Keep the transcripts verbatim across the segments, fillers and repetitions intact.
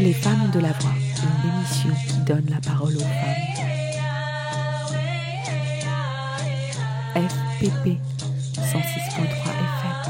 Les femmes de la voix, une émission qui donne la parole aux femmes. F P P cent six virgule trois F M.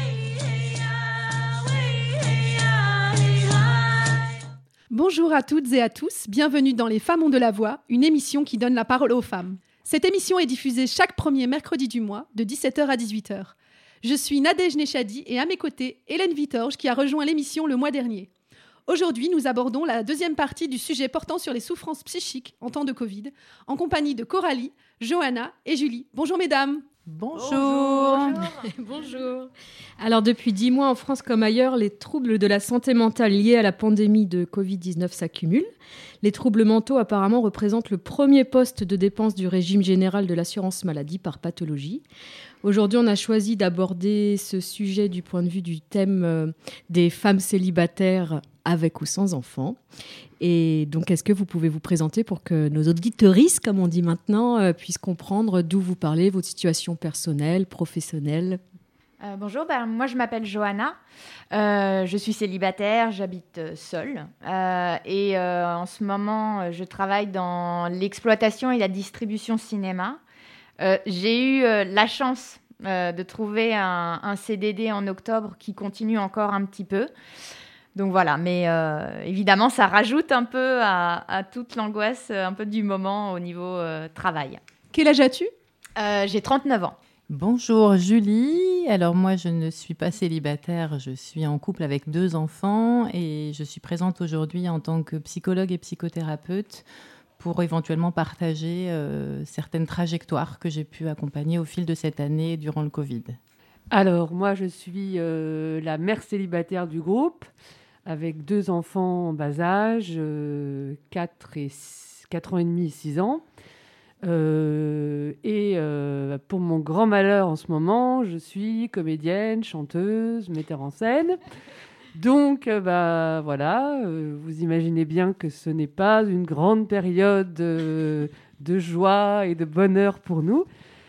Bonjour à toutes et à tous, bienvenue dans Les femmes ont de la voix, une émission qui donne la parole aux femmes. Cette émission est diffusée chaque premier mercredi du mois, de dix-sept heures à dix-huit heures. Je suis Nadège Nechadi et à mes côtés, Hélène Vitorge qui a rejoint l'émission le mois dernier. Aujourd'hui, nous abordons la deuxième partie du sujet portant sur les souffrances psychiques en temps de Covid, en compagnie de Coralie, Johanna et Julie. Bonjour mesdames. Bonjour. Bonjour. Bonjour. Alors depuis dix mois en France comme ailleurs, les troubles de la santé mentale liés à la pandémie de covid dix-neuf s'accumulent. Les troubles mentaux apparemment représentent le premier poste de dépense du régime général de l'assurance maladie par pathologie. Aujourd'hui, on a choisi d'aborder ce sujet du point de vue du thème euh, des femmes célibataires avec ou sans enfants. Et donc, est-ce que vous pouvez vous présenter pour que nos auditeuristes, comme on dit maintenant, euh, puissent comprendre d'où vous parlez, votre situation personnelle, professionnelle ? Euh, bonjour, ben, moi je m'appelle Johanna, euh, je suis célibataire, j'habite euh, seule euh, et euh, en ce moment je travaille dans l'exploitation et la distribution cinéma. Euh, j'ai eu euh, la chance euh, de trouver un, un C D D en octobre qui continue encore un petit peu. Donc voilà, mais euh, évidemment, ça rajoute un peu à, à toute l'angoisse euh, un peu du moment au niveau euh, travail. Quel âge as-tu ? euh, J'ai trente-neuf ans. Bonjour Julie, alors moi je ne suis pas célibataire, je suis en couple avec deux enfants et je suis présente aujourd'hui en tant que psychologue et psychothérapeute pour éventuellement partager euh, certaines trajectoires que j'ai pu accompagner au fil de cette année durant le Covid. Alors moi je suis euh, la mère célibataire du groupe avec deux enfants en bas âge, euh, quatre, et six, quatre ans et demi et six ans. Euh, et euh, pour mon grand malheur en ce moment, je suis comédienne, chanteuse, metteur en scène. Donc, euh, bah, voilà, euh, vous imaginez bien que ce n'est pas une grande période euh, de joie et de bonheur pour nous.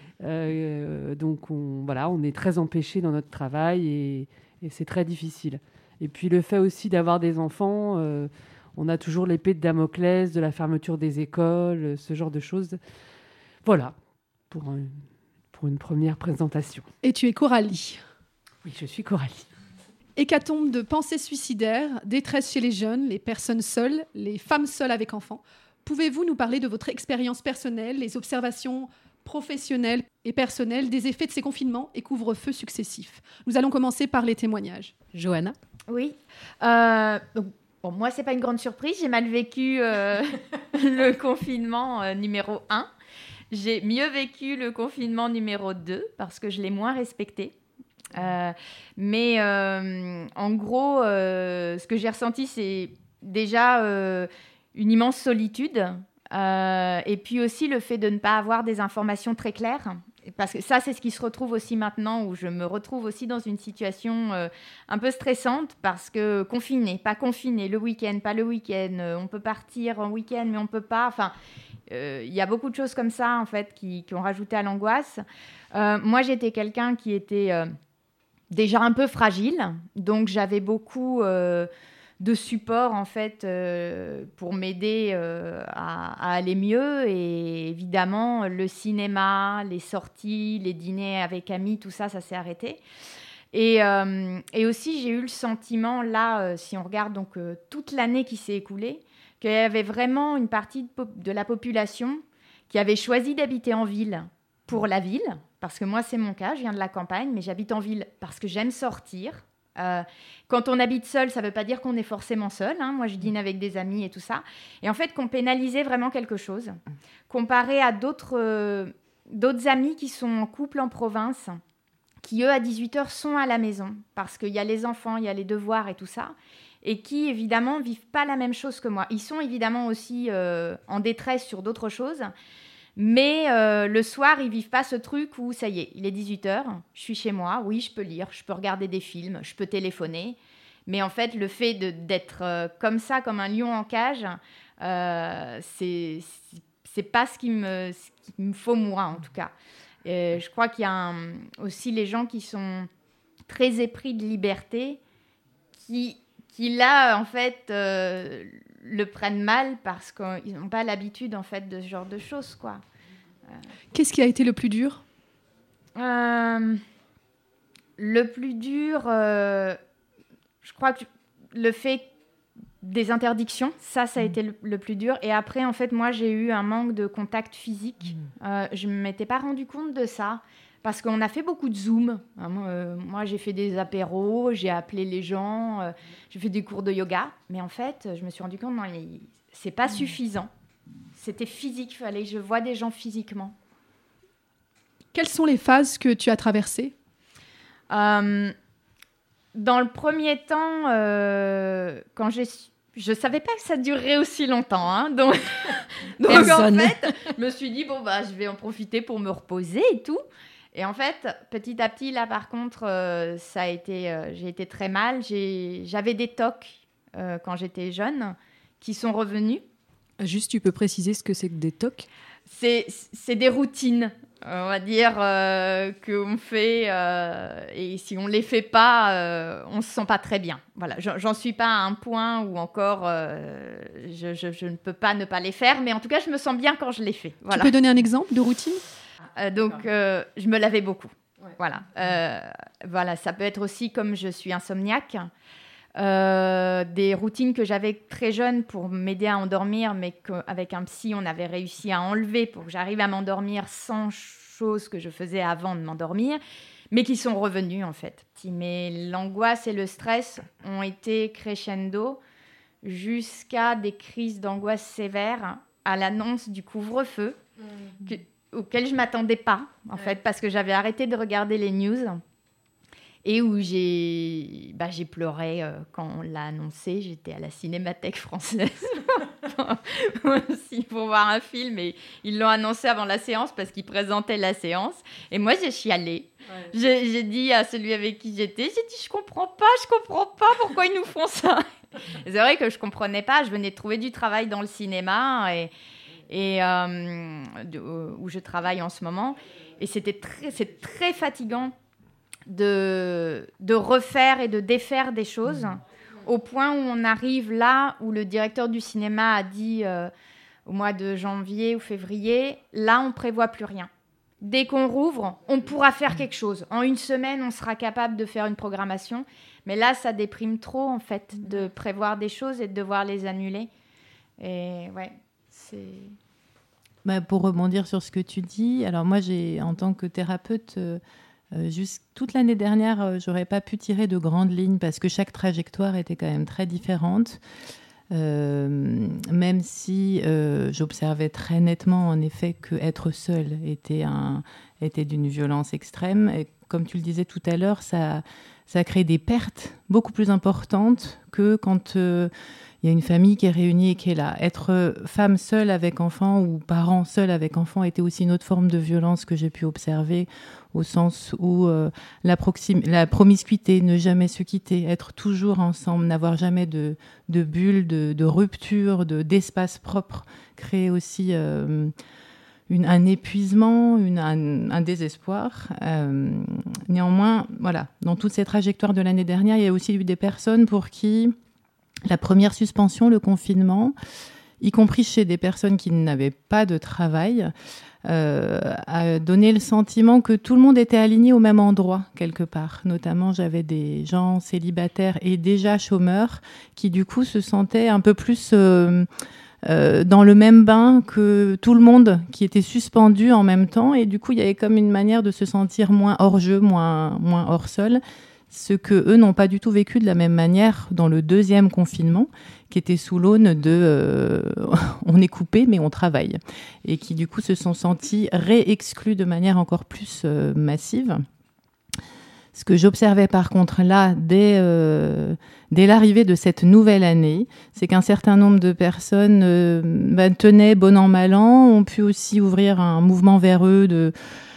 Euh, donc, on, voilà, on est très empêchés dans notre travail et, et c'est très difficile. Et puis, le fait aussi d'avoir des enfants... Euh, on a toujours l'épée de Damoclès, de la fermeture des écoles, ce genre de choses. Voilà, pour, un, pour une première présentation. Et tu es Coralie. Oui, je suis Coralie. Hécatombe de pensées suicidaires, détresse chez les jeunes, les personnes seules, les femmes seules avec enfants. Pouvez-vous nous parler de votre expérience personnelle, les observations professionnelles et personnelles des effets de ces confinements et couvre-feux successifs ? Nous allons commencer par les témoignages. Johanna ? Oui, euh, donc, bon, moi, ce n'est pas une grande surprise. J'ai mal vécu euh, le confinement euh, numéro un. J'ai mieux vécu le confinement numéro deux parce que je l'ai moins respecté. Euh, mais euh, en gros, euh, ce que j'ai ressenti, c'est déjà euh, une immense solitude. Euh, et puis aussi le fait de ne pas avoir des informations très claires. Parce que ça, c'est ce qui se retrouve aussi maintenant, où je me retrouve aussi dans une situation euh, un peu stressante, parce que confiné, pas confiné, le week-end, pas le week-end, euh, on peut partir en week-end, mais on peut pas. Enfin, il euh, y a beaucoup de choses comme ça, en fait, qui, qui ont rajouté à l'angoisse. Euh, moi, j'étais quelqu'un qui était euh, déjà un peu fragile, donc j'avais beaucoup... Euh, de support en fait euh, pour m'aider euh, à, à aller mieux, et évidemment le cinéma, les sorties, les dîners avec amis, tout ça, ça s'est arrêté. Et, euh, et aussi j'ai eu le sentiment là, euh, si on regarde donc euh, toute l'année qui s'est écoulée, qu'il y avait vraiment une partie de, pop- de la population qui avait choisi d'habiter en ville pour la ville, parce que moi c'est mon cas, je viens de la campagne, mais j'habite en ville parce que j'aime sortir. Euh, quand on habite seul, ça ne veut pas dire qu'on est forcément seul, hein. Moi je dîne avec des amis et tout ça, et en fait qu'on pénalisait vraiment quelque chose comparé à d'autres, euh, d'autres amis qui sont en couple en province, qui eux à dix-huit heures sont à la maison parce qu'il y a les enfants, il y a les devoirs et tout ça, et qui évidemment vivent pas la même chose que moi. Ils sont évidemment aussi euh, en détresse sur d'autres choses, mais euh, le soir, ils vivent pas ce truc où ça y est, il est dix-huit heures, je suis chez moi, oui, je peux lire, je peux regarder des films, je peux téléphoner. Mais en fait, le fait de, d'être euh, comme ça, comme un lion en cage, euh, c'est, c'est, c'est pas ce qu'il me, ce qu'il me faut moi, en tout cas. Et je crois qu'il y a un, aussi les gens qui sont très épris de liberté, qui, qui là, en fait, euh, le prennent mal parce qu'ils n'ont pas l'habitude, en fait, de ce genre de choses, quoi. Euh... Qu'est-ce qui a été le plus dur ? euh, Le plus dur, euh, je crois que le fait des interdictions, ça, ça a mmh. été le, le plus dur. Et après, en fait, moi, j'ai eu un manque de contact physique. Mmh. Euh, je ne m'étais pas rendu compte de ça. Parce qu'on a fait beaucoup de Zoom. Euh, moi, j'ai fait des apéros, j'ai appelé les gens, euh, j'ai fait des cours de yoga. Mais en fait, je me suis rendu compte, non, c'est pas suffisant. C'était physique, il fallait que je voie des gens physiquement. Quelles sont les phases que tu as traversées ? euh, Dans le premier temps, euh, quand j'ai... Je ne savais pas que ça durerait aussi longtemps. Hein, donc, donc en fait, je me suis dit, bon, bah, je vais en profiter pour me reposer et tout. Et en fait, petit à petit, là, par contre, euh, ça a été, euh, j'ai été très mal. J'ai, j'avais des tocs euh, quand j'étais jeune qui sont revenus. Juste, tu peux préciser ce que c'est que des tocs ? C'est, c'est des routines, on va dire, euh, qu'on fait. Euh, et si on ne les fait pas, euh, on ne se sent pas très bien. Voilà, j'en, j'en suis pas à un point où encore euh, je, je, je ne peux pas ne pas les faire. Mais en tout cas, je me sens bien quand je les fais. Voilà. Tu peux donner un exemple de routine ? Euh, donc, euh, je me lavais beaucoup. Ouais. Voilà. Euh, voilà. Ça peut être aussi, comme je suis insomniaque, euh, des routines que j'avais très jeune pour m'aider à endormir, mais qu'avec un psy, on avait réussi à enlever pour que j'arrive à m'endormir sans choses que je faisais avant de m'endormir, mais qui sont revenues, en fait. Mais l'angoisse et le stress ont été crescendo jusqu'à des crises d'angoisse sévères à l'annonce du couvre-feu, mmh. que, auquel je ne m'attendais pas, en ouais. fait, parce que j'avais arrêté de regarder les news et où j'ai, bah, j'ai pleuré euh, quand on l'a annoncé. J'étais à la Cinémathèque française aussi pour voir un film et ils l'ont annoncé avant la séance parce qu'ils présentaient la séance. Et moi, j'ai chialé. Ouais. J'ai, j'ai dit à celui avec qui j'étais, j'ai dit, je ne comprends pas, je ne comprends pas pourquoi ils nous font ça. Et c'est vrai que je ne comprenais pas. Je venais de trouver du travail dans le cinéma et... et euh, de, où je travaille en ce moment. Et c'était très, c'est très fatigant de, de refaire et de défaire des choses mmh. au point où on arrive là où le directeur du cinéma a dit euh, au mois de janvier ou février, là, on ne prévoit plus rien. Dès qu'on rouvre, on pourra faire quelque chose. En une semaine, on sera capable de faire une programmation. Mais là, ça déprime trop, en fait, de prévoir des choses et de devoir les annuler. Et ouais... C'est... Bah, pour rebondir sur ce que tu dis, alors moi, j'ai, en tant que thérapeute, euh, juste toute l'année dernière, euh, j'aurais pas pu tirer de grandes lignes parce que chaque trajectoire était quand même très différente. Euh, même si euh, j'observais très nettement, en effet, qu'être seule était, un, était d'une violence extrême. Et comme tu le disais tout à l'heure, ça, ça crée des pertes beaucoup plus importantes que quand... Euh, il y a une famille qui est réunie et qui est là. Être femme seule avec enfant ou parent seul avec enfant était aussi une autre forme de violence que j'ai pu observer, au sens où euh, la, proxim- la promiscuité, ne jamais se quitter, être toujours ensemble, n'avoir jamais de, de bulle, de, de rupture, de, d'espace propre, crée aussi euh, une, un épuisement, une, un, un désespoir. Euh, néanmoins, voilà, dans toutes ces trajectoires de l'année dernière, il y a aussi eu des personnes pour qui... La première suspension, le confinement, y compris chez des personnes qui n'avaient pas de travail, euh, a donné le sentiment que tout le monde était aligné au même endroit, quelque part. Notamment, j'avais des gens célibataires et déjà chômeurs qui, du coup, se sentaient un peu plus euh, euh, dans le même bain que tout le monde, qui était suspendu en même temps. Et du coup, il y avait comme une manière de se sentir moins hors jeu, moins, moins hors sol. Ce que eux n'ont pas du tout vécu de la même manière dans le deuxième confinement, qui était sous l'aune de euh, on est coupé mais on travaille, et qui du coup se sont sentis réexclus de manière encore plus euh, massive. Ce que j'observais par contre là, dès, euh, dès l'arrivée de cette nouvelle année, c'est qu'un certain nombre de personnes euh, bah, tenaient bon an mal an, ont pu aussi ouvrir un mouvement vers eux de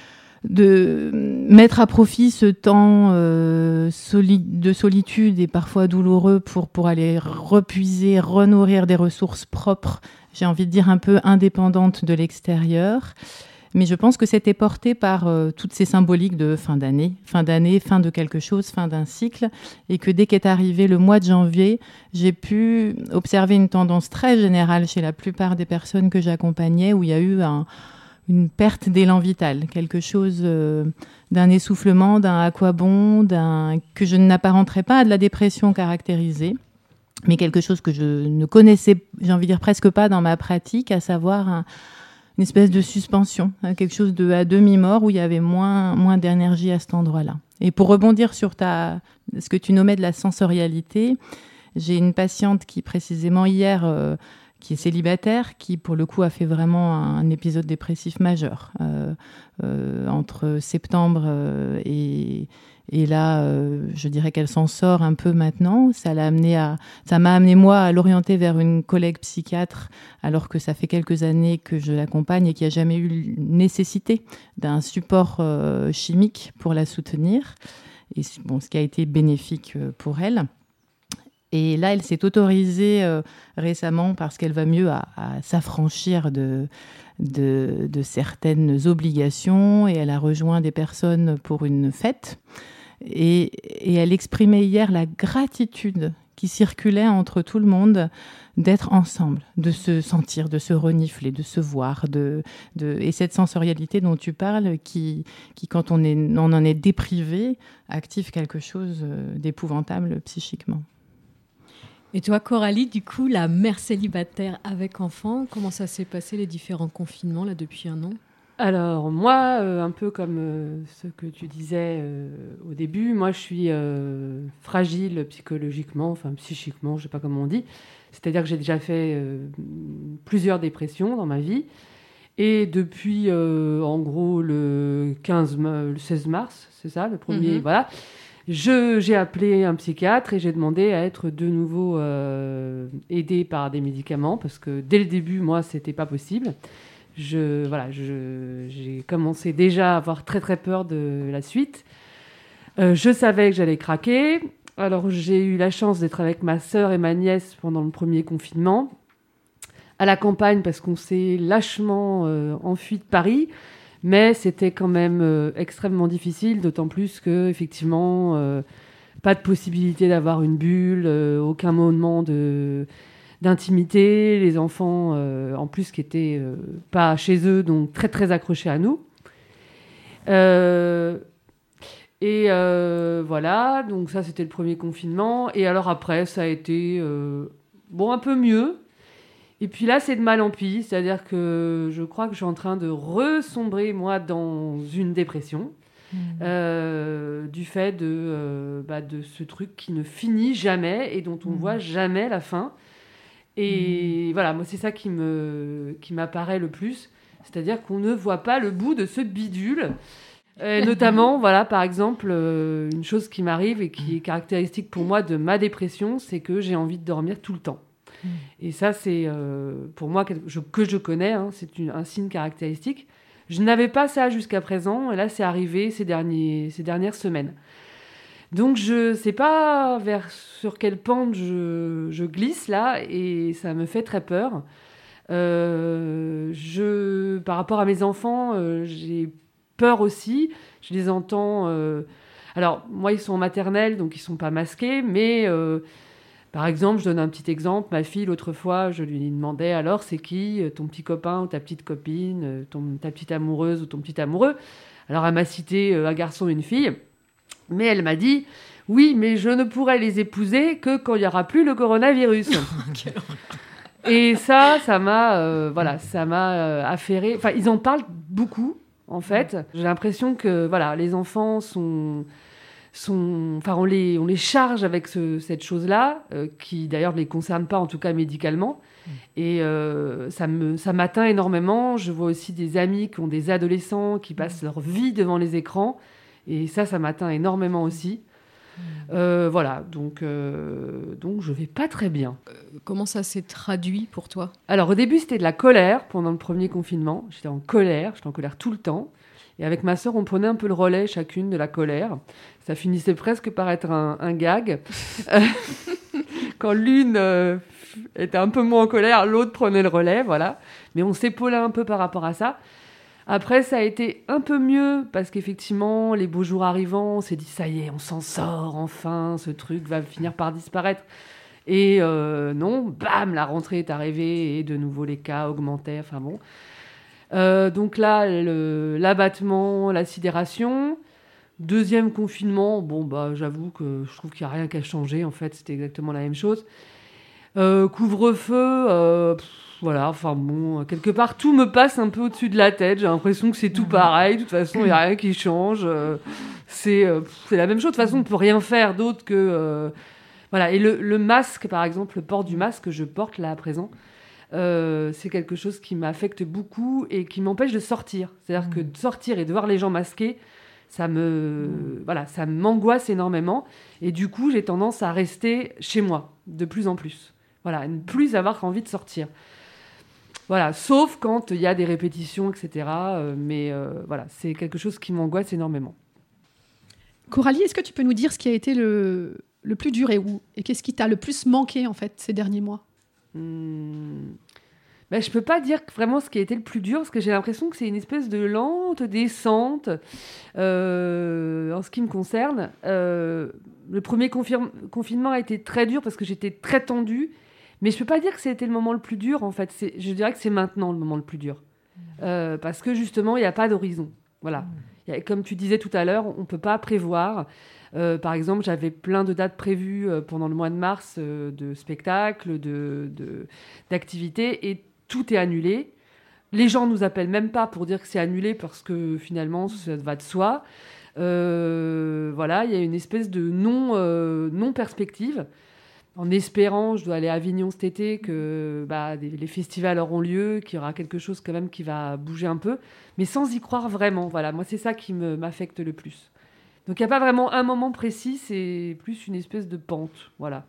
de mettre à profit ce temps euh, soli- de solitude et parfois douloureux pour, pour aller repuiser, renourrir des ressources propres, j'ai envie de dire un peu indépendantes de l'extérieur. Mais je pense que c'était porté par euh, toutes ces symboliques de fin d'année, fin d'année, fin de quelque chose, fin d'un cycle, et que dès qu'est arrivé le mois de janvier, j'ai pu observer une tendance très générale chez la plupart des personnes que j'accompagnais, où il y a eu un, une perte d'élan vital, quelque chose euh, d'un essoufflement, d'un à quoi bon, d'un, que je n'apparenterais pas à de la dépression caractérisée, mais quelque chose que je ne connaissais, j'ai envie de dire presque pas dans ma pratique, à savoir un une espèce de suspension, hein, quelque chose de à demi-mort où il y avait moins, moins d'énergie à cet endroit-là. Et pour rebondir sur ta, ce que tu nommais de la sensorialité, j'ai une patiente qui précisément hier, euh, qui est célibataire, qui pour le coup a fait vraiment un épisode dépressif majeur euh, euh, entre septembre euh, et Et là, euh, je dirais qu'elle s'en sort un peu maintenant. Ça l'a amené à, ça m'a amené moi à l'orienter vers une collègue psychiatre, alors que ça fait quelques années que je l'accompagne et qu'il n'y a jamais eu nécessité d'un support euh, chimique pour la soutenir. Et bon, ce qui a été bénéfique pour elle. Et là, elle s'est autorisée euh, récemment, parce qu'elle va mieux, à, à s'affranchir de, de, de certaines obligations. Et elle a rejoint des personnes pour une fête. Et, et elle exprimait hier la gratitude qui circulait entre tout le monde d'être ensemble, de se sentir, de se renifler, de se voir. De, de, et cette sensorialité dont tu parles, qui, qui quand on, est, on en est déprivé, active quelque chose d'épouvantable psychiquement. Et toi, Coralie, du coup, la mère célibataire avec enfant, comment ça s'est passé les différents confinements là depuis un an ? Alors moi, euh, un peu comme euh, ce que tu disais euh, au début, moi je suis euh, fragile psychologiquement, enfin psychiquement, je ne sais pas comment on dit. C'est-à-dire que j'ai déjà fait euh, plusieurs dépressions dans ma vie. Et depuis, euh, en gros, le, quinze, le seize mars, c'est ça, le premier, mm-hmm. voilà, je, j'ai appelé un psychiatre et j'ai demandé à être de nouveau euh, aidée par des médicaments, parce que dès le début, moi, ce n'était pas possible. Je, voilà, je, j'ai commencé déjà à avoir très très peur de la suite. Euh, je savais que j'allais craquer. Alors j'ai eu la chance d'être avec ma sœur et ma nièce pendant le premier confinement, à la campagne, parce qu'on s'est lâchement euh, enfui de Paris, mais c'était quand même euh, extrêmement difficile, d'autant plus que effectivement euh, pas de possibilité d'avoir une bulle, euh, aucun moment de d'intimité, les enfants euh, en plus qui étaient euh, pas chez eux, donc très très accrochés à nous. Euh, et euh, voilà, donc ça c'était le premier confinement. Et alors après, ça a été euh, bon, un peu mieux. Et puis là, c'est de mal en pis, c'est-à-dire que je crois que je suis en train de ressombrer, moi, dans une dépression. Mmh. Euh, du fait de, euh, bah, de ce truc qui ne finit jamais et dont on ne mmh. voit jamais la fin. Et mmh. voilà, moi, c'est ça qui, me, qui m'apparaît le plus. C'est-à-dire qu'on ne voit pas le bout de ce bidule. Euh, notamment, voilà, par exemple, euh, une chose qui m'arrive et qui est caractéristique pour moi de ma dépression, c'est que j'ai envie de dormir tout le temps. Mmh. Et ça, c'est euh, pour moi que je, que je connais, hein, c'est une, un signe caractéristique. Je n'avais pas ça jusqu'à présent, et là, c'est arrivé ces, derniers, ces dernières semaines. Donc, je ne sais pas vers, sur quelle pente je, je glisse là, et ça me fait très peur. Euh, je, par rapport à mes enfants, euh, j'ai peur aussi. Je les entends... Euh, alors, moi, ils sont en maternelle, donc ils ne sont pas masqués, mais... Euh, par exemple, je donne un petit exemple. Ma fille, l'autre fois, je lui demandais, alors, c'est qui ton petit copain ou ta petite copine, ton, ta petite amoureuse ou ton petit amoureux ? Alors, elle m'a cité un garçon et une fille. Mais elle m'a dit, oui, mais je ne pourrai les épouser que quand il n'y aura plus le coronavirus. Et ça, ça m'a, euh, voilà, ça m'a euh, affairé. Enfin, ils en parlent beaucoup, en fait. J'ai l'impression que, voilà, les enfants sont... Sont, enfin, on les, on les charge avec ce, cette chose-là, euh, qui d'ailleurs ne les concerne pas, en tout cas médicalement. Mmh. Et euh, ça, me, ça m'atteint énormément. Je vois aussi des amis qui ont des adolescents qui passent mmh. leur vie devant les écrans. Et ça, ça m'atteint énormément aussi. Mmh. Euh, voilà, donc, euh, donc je ne vais pas très bien. Euh, comment ça s'est traduit pour toi ? Alors au début, c'était de la colère pendant le premier confinement. J'étais en colère, j'étais en colère tout le temps. Et avec ma sœur, on prenait un peu le relais chacune de la colère. Ça finissait presque par être un, un gag. Quand l'une euh, était un peu moins en colère, l'autre prenait le relais, voilà. Mais on s'épaulait un peu par rapport à ça. Après, ça a été un peu mieux parce qu'effectivement, les beaux jours arrivant, on s'est dit ça y est, on s'en sort enfin, ce truc va finir par disparaître. Et euh, non, bam, la rentrée est arrivée et de nouveau les cas augmentaient. Enfin bon. Euh, donc là, le, l'abattement, la sidération. Deuxième confinement, bon, bah, j'avoue que je trouve qu'il n'y a rien qu'à changer. En fait, c'était exactement la même chose. Euh, couvre-feu, euh, pff, voilà, enfin bon, quelque part, tout me passe un peu au-dessus de la tête. J'ai l'impression que c'est tout pareil. De toute façon, il n'y a rien qui change. Euh, c'est, euh, c'est la même chose. De toute façon, on ne peut rien faire d'autre que... Euh, voilà. Et le, le masque, par exemple, le port du masque que je porte là à présent, euh, c'est quelque chose qui m'affecte beaucoup et qui m'empêche de sortir. C'est-à-dire que de sortir et de voir les gens masqués, ça me, mmh. voilà, ça m'angoisse énormément. Et du coup, j'ai tendance à rester chez moi de plus en plus. Voilà, ne plus avoir envie de sortir. Voilà, sauf quand il y a des répétitions, et cetera. Euh, mais euh, voilà, c'est quelque chose qui m'angoisse énormément. Coralie, est-ce que tu peux nous dire ce qui a été le, le plus dur et où ? Et qu'est-ce qui t'a le plus manqué, en fait, ces derniers mois ? Hum... Ben, je ne peux pas dire vraiment ce qui a été le plus dur, parce que j'ai l'impression que c'est une espèce de lente descente. Euh, en ce qui me concerne, euh, le premier confirme, confinement a été très dur parce que j'étais très tendue, mais je ne peux pas dire que c'était le moment le plus dur, en fait. C'est, je dirais que c'est maintenant le moment le plus dur. Euh, parce que justement, il n'y a pas d'horizon. Voilà. Y a, comme tu disais tout à l'heure, on ne peut pas prévoir. Euh, par exemple, j'avais plein de dates prévues euh, pendant le mois de mars euh, de spectacles, de, de, d'activités, et tout est annulé. Les gens ne nous appellent même pas pour dire que c'est annulé parce que finalement, ça va de soi. Euh, voilà, il y a une espèce de non, euh, non-perspective. En espérant, je dois aller à Avignon cet été, que bah, des, les festivals auront lieu, qu'il y aura quelque chose quand même qui va bouger un peu, mais sans y croire vraiment. Voilà, moi, c'est ça qui me, m'affecte le plus. Donc, il n'y a pas vraiment un moment précis, c'est plus une espèce de pente. Voilà.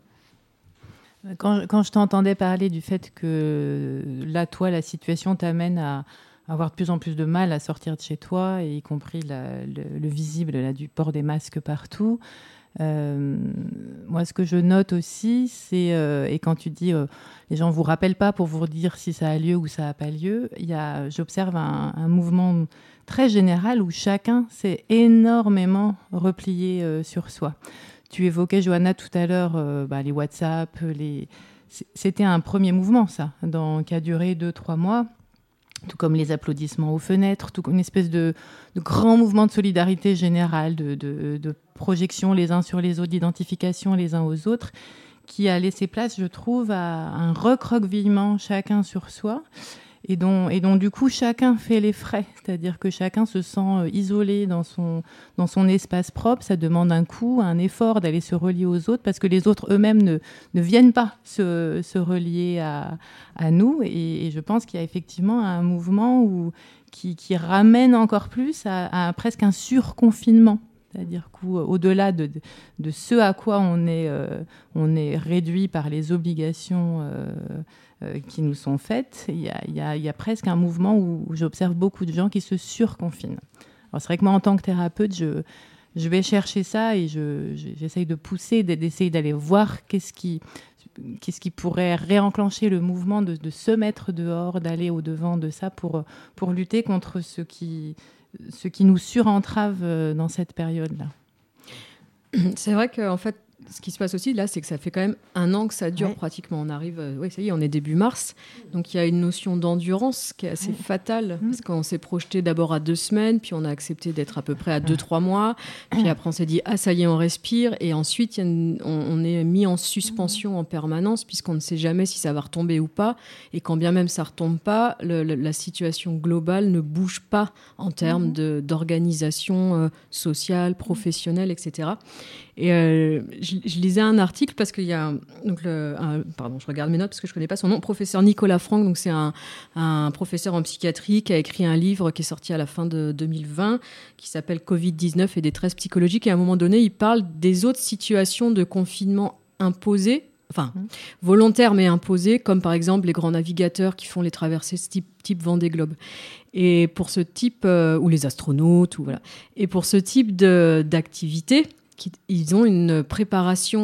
Quand, quand je t'entendais parler du fait que là, toi, la situation t'amène à avoir de plus en plus de mal à sortir de chez toi, et y compris la, le, le visible là, du port des masques partout, euh, moi, ce que je note aussi, c'est, euh, et quand tu dis euh, les gens ne vous rappellent pas pour vous dire si ça a lieu ou ça n'a pas lieu, y a, j'observe un, un mouvement très général où chacun s'est énormément replié euh, sur soi. Tu évoquais, Johanna, tout à l'heure, euh, bah, les WhatsApp, les... c'était un premier mouvement, ça, dans... qui a duré deux, trois mois, tout comme les applaudissements aux fenêtres, tout comme une espèce de, de grand mouvement de solidarité générale, de, de, de projection les uns sur les autres, d'identification les uns aux autres, qui a laissé place, je trouve, à un recroquevillement chacun sur soi, et dont, et dont du coup chacun fait les frais, c'est-à-dire que chacun se sent isolé dans son, dans son espace propre. Ça demande un coup, un effort d'aller se relier aux autres, parce que les autres eux-mêmes ne, ne viennent pas se, se relier à, à nous, et, et je pense qu'il y a effectivement un mouvement où, qui, qui ramène encore plus à, à presque un surconfinement. C'est-à-dire qu'au-delà de, de, de ce à quoi on est, euh, on est réduit par les obligations euh, euh, qui nous sont faites, il y a, y a, y a presque un mouvement où, où j'observe beaucoup de gens qui se surconfinent. Alors c'est vrai que moi, en tant que thérapeute, je, je vais chercher ça et je, je, j'essaye de pousser, d'essayer d'aller voir qu'est-ce qui, qu'est-ce qui pourrait réenclencher le mouvement de, de se mettre dehors, d'aller au-devant de ça pour, pour lutter contre ce qui... ce qui nous surentrave dans cette période-là. C'est vrai qu'en fait, ce qui se passe aussi, là, c'est que ça fait quand même un an que ça dure, ouais. Pratiquement. On arrive, euh, oui, ça y est, on est début mars. Donc, il y a une notion d'endurance qui est assez ouais. fatale. Mmh. Parce qu'on s'est projeté d'abord à deux semaines, puis on a accepté d'être à peu près à deux, trois mois. Puis après, on s'est dit, ah, ça y est, on respire. Et ensuite, y a une, on, on est mis en suspension en permanence, puisqu'on ne sait jamais si ça va retomber ou pas. Et quand bien même ça ne retombe pas, le, le, la situation globale ne bouge pas en termes mmh. de, d'organisation euh, sociale, professionnelle, et cetera. Et euh, je, je lisais un article parce qu'il y a donc le, un, pardon, je regarde mes notes parce que je connais pas son nom, professeur Nicolas Franck, donc c'est un, un professeur en psychiatrie qui a écrit un livre qui est sorti à la fin de deux mille vingt qui s'appelle covid dix-neuf et détresse psychologique, et à un moment donné il parle des autres situations de confinement imposées, enfin mmh. volontaires mais imposées, comme par exemple les grands navigateurs qui font les traversées type, type Vendée Globe. Et pour ce type euh, ou les astronautes ou voilà. Et pour ce type de, d'activité, Qui, ils ont une préparation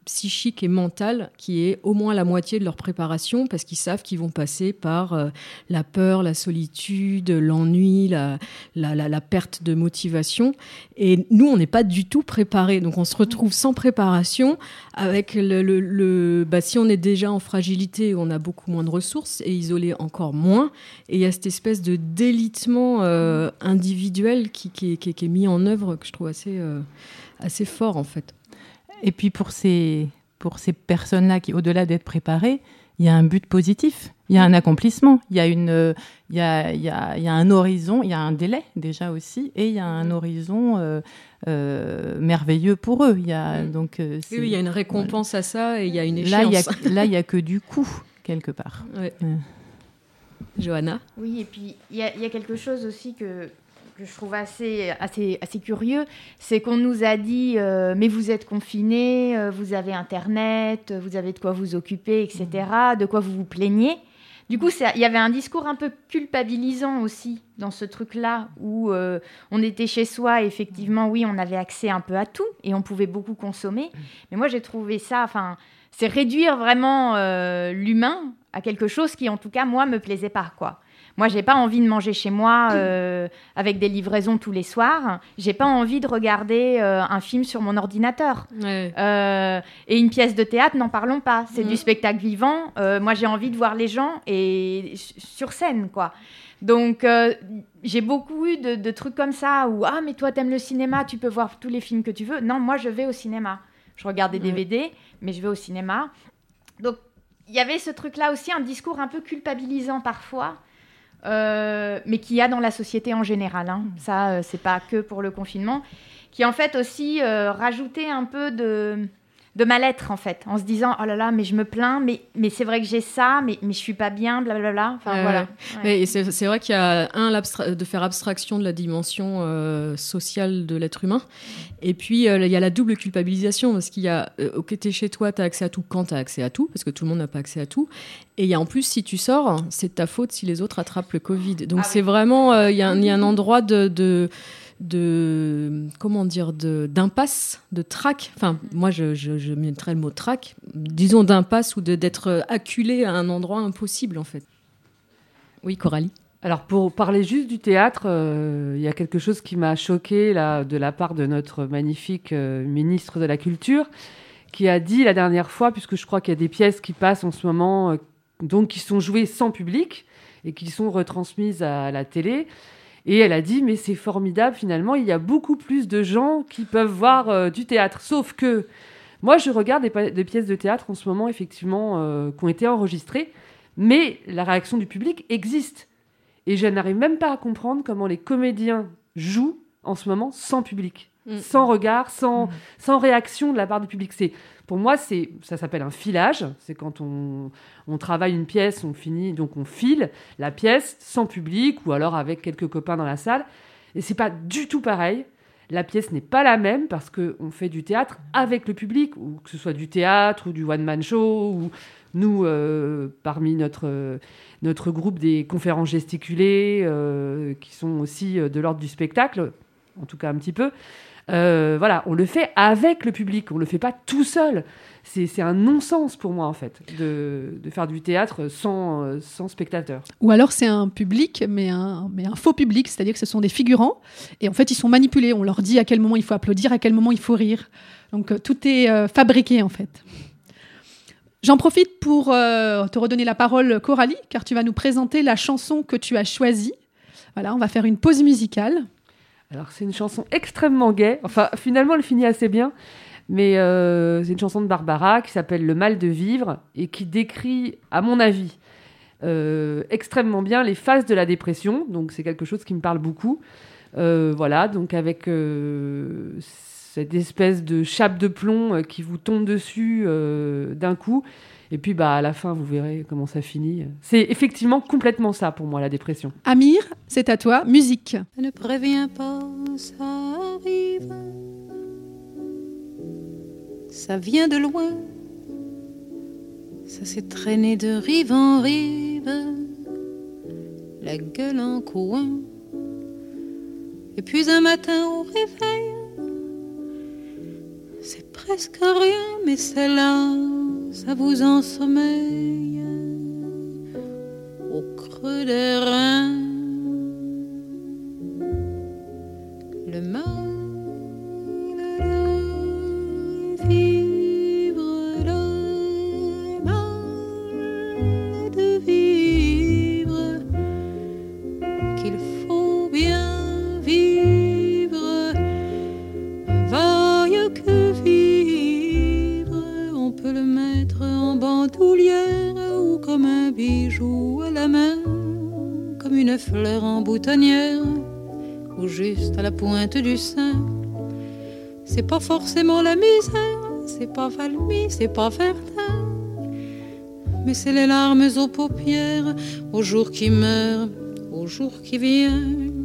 psychique et mentale qui est au moins la moitié de leur préparation parce qu'ils savent qu'ils vont passer par euh, la peur, la solitude, l'ennui, la, la, la, la perte de motivation. Et nous, on n'est pas du tout préparés. Donc, on se retrouve sans préparation avec le... le, le bah, si on est déjà en fragilité, on a beaucoup moins de ressources et isolé encore moins. Et il y a cette espèce de délitement euh, individuel qui, qui, qui, qui est mis en œuvre que je trouve assez, euh, assez fort, en fait. Et puis pour ces, pour ces personnes-là qui, au-delà d'être préparées, il y a un but positif, il y a un accomplissement, il y a, une, il y a, il y a, il y a un horizon, il y a un délai déjà aussi, et il y a un horizon euh, euh, merveilleux pour eux. Il y a, donc, euh, oui, oui, il y a une récompense voilà. à ça et il y a une échéance. Là, il y a, là, il n'y a que du coup, quelque part. Ouais. Euh. Johanna ? Oui, et puis il y, y a quelque chose aussi que... que je trouve assez, assez, assez curieux, c'est qu'on nous a dit euh, « mais vous êtes confinés, euh, vous avez Internet, vous avez de quoi vous occuper, et cetera, de quoi vous vous plaignez ». Du coup, il y avait un discours un peu culpabilisant aussi dans ce truc-là, où euh, on était chez soi, et effectivement, oui, on avait accès un peu à tout, et on pouvait beaucoup consommer. Mais moi, j'ai trouvé ça, enfin, c'est réduire vraiment euh, l'humain à quelque chose qui, en tout cas, moi, me plaisait pas, quoi. Moi, j'ai pas envie de manger chez moi euh, avec des livraisons tous les soirs. J'ai pas envie de regarder euh, un film sur mon ordinateur. Ouais. Euh, et une pièce de théâtre, n'en parlons pas. C'est mmh. du spectacle vivant. Euh, moi, j'ai envie de voir les gens et sur scène, quoi. Donc, euh, j'ai beaucoup eu de, de trucs comme ça où « Ah, mais toi, t'aimes le cinéma, tu peux voir tous les films que tu veux. » Non, moi, je vais au cinéma. Je regarde des ouais. D V D, mais je vais au cinéma. Donc, il y avait ce truc-là aussi, un discours un peu culpabilisant parfois. Euh, mais qu'il y a dans la société en général. Hein. Ça, euh, c'est pas que pour le confinement. Qui, en fait, aussi euh, rajoutait un peu de, de mal-être, en fait. En se disant, oh là là, mais je me plains, mais, mais c'est vrai que j'ai ça, mais, mais je suis pas bien, blablabla. Enfin, euh, voilà. Ouais. Mais c'est, c'est vrai qu'il y a, un, de faire abstraction de la dimension euh, sociale de l'être humain. Et puis, euh, il y a la double culpabilisation, parce qu'il y a, euh, ok, t'es chez toi, t'as accès à tout quand t'as accès à tout, parce que tout le monde n'a pas accès à tout. Et il y a en plus, si tu sors, c'est de ta faute si les autres attrapent le Covid. Donc, ah, c'est oui. vraiment, il euh, y, y a un endroit de... de de comment dire de d'impasse, de trac. Enfin, moi, je, je, je mettrais le mot trac, disons d'impasse ou de, d'être acculé à un endroit impossible, en fait. Oui, Coralie. Alors, pour parler juste du théâtre, il euh, y a quelque chose qui m'a choquée là, de la part de notre magnifique euh, ministre de la Culture, qui a dit la dernière fois, puisque je crois qu'il y a des pièces qui passent en ce moment, euh, donc qui sont jouées sans public et qui sont retransmises à la télé. Et elle a dit, mais c'est formidable, finalement, il y a beaucoup plus de gens qui peuvent voir euh, du théâtre. Sauf que moi, je regarde des, pa- des pièces de théâtre en ce moment, effectivement, euh, qui ont été enregistrées, mais la réaction du public existe. Et je n'arrive même pas à comprendre comment les comédiens jouent en ce moment sans public, mmh. sans regard, sans, mmh. sans réaction de la part du public. C'est, pour moi, c'est, ça s'appelle un filage. C'est quand on, on travaille une pièce, on finit, donc on file la pièce sans public ou alors avec quelques copains dans la salle. Et c'est pas du tout pareil. La pièce n'est pas la même parce qu'on fait du théâtre avec le public, ou que ce soit du théâtre ou du one-man show, ou nous, euh, parmi notre, euh, notre groupe des conférences gesticulées, euh, qui sont aussi de l'ordre du spectacle, en tout cas un petit peu, euh, voilà, on le fait avec le public, on ne le fait pas tout seul. C'est, c'est un non-sens pour moi, en fait, de, de faire du théâtre sans, sans spectateurs. Ou alors c'est un public, mais un, mais un faux public, c'est-à-dire que ce sont des figurants, et en fait ils sont manipulés, on leur dit à quel moment il faut applaudir, à quel moment il faut rire. Donc euh, tout est euh, fabriqué, en fait. J'en profite pour euh, te redonner la parole, Coralie, car tu vas nous présenter la chanson que tu as choisie. Voilà, on va faire une pause musicale. Alors, c'est une chanson extrêmement gaie. Enfin, finalement, elle finit assez bien. Mais euh, c'est une chanson de Barbara qui s'appelle « Le mal de vivre » et qui décrit, à mon avis, euh, extrêmement bien les phases de la dépression. Donc, c'est quelque chose qui me parle beaucoup. Euh, voilà, donc avec euh, cette espèce de chape de plomb qui vous tombe dessus euh, d'un coup. Et puis, bah, à la fin, vous verrez comment ça finit. C'est effectivement complètement ça, pour moi, la dépression. Amir, c'est à toi. Musique. Ne préviens pas, ça arrive. Ça vient de loin. Ça s'est traîné de rive en rive. La gueule en coin. Et puis un matin au réveil, c'est presque rien, mais c'est là, ça vous ensommeille au creux des reins. Le mal de vivre, le mal de vivre, qu'il faut bien vivre, vaille que vivre. On peut le mettre en bandoulière ou comme un bijou à la main, comme une fleur en boutonnière, ou juste à la pointe du sein. C'est pas forcément la misère, c'est pas Valmy, c'est pas Verdun, mais c'est les larmes aux paupières, au jour qui meurt, au jour qui vient.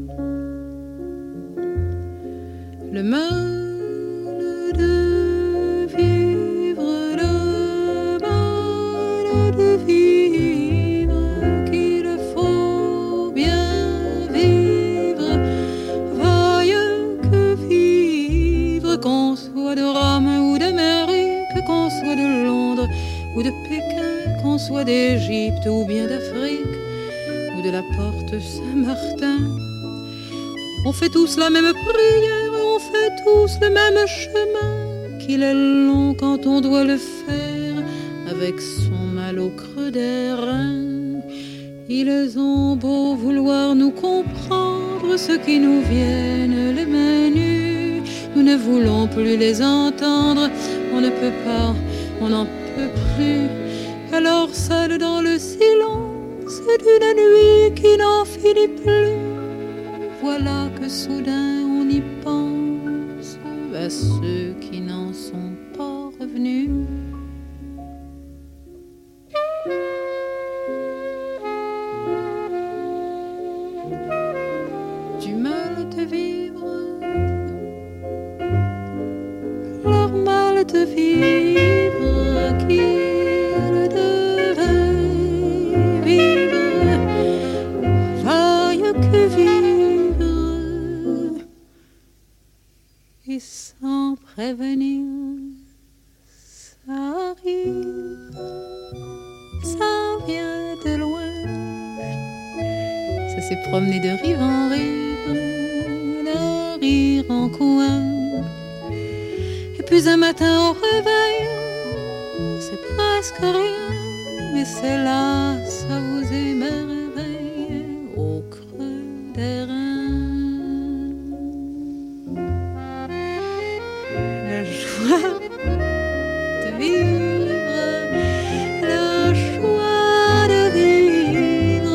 Le mal de vivre, le mal de vivre, qu'il faut bien vivre, vaille que vivre, qu'on soit de Rome ou d'Amérique, qu'on soit de Londres ou de Pékin, qu'on soit d'Égypte ou bien d'Afrique ou de la porte Saint-Martin. On fait tous la même prière, on fait tous le même chemin, qu'il est long quand on doit le faire avec son mal au creux des reins. Ils ont beau vouloir nous comprendre, ceux qui nous viennent les mains nues, nous ne voulons plus les entendre, on ne peut pas, on n'en peut plus. Alors seul dans le silence d'une nuit qui n'en finit plus, voilà que soudain on y pense à ceux qui n'en sont pas revenus. Du mal de vivre, leur mal de vivre, qu'ils devaient vivre, vaille que vivre. Et sans prévenir, ça arrive, ça vient de loin, ça s'est promené de rive en rive, de rire en coin. Et puis un matin au réveil, c'est presque rien, mais c'est là, ça vous émerveille au creux des reins. La joie de vivre, la joie de vivre,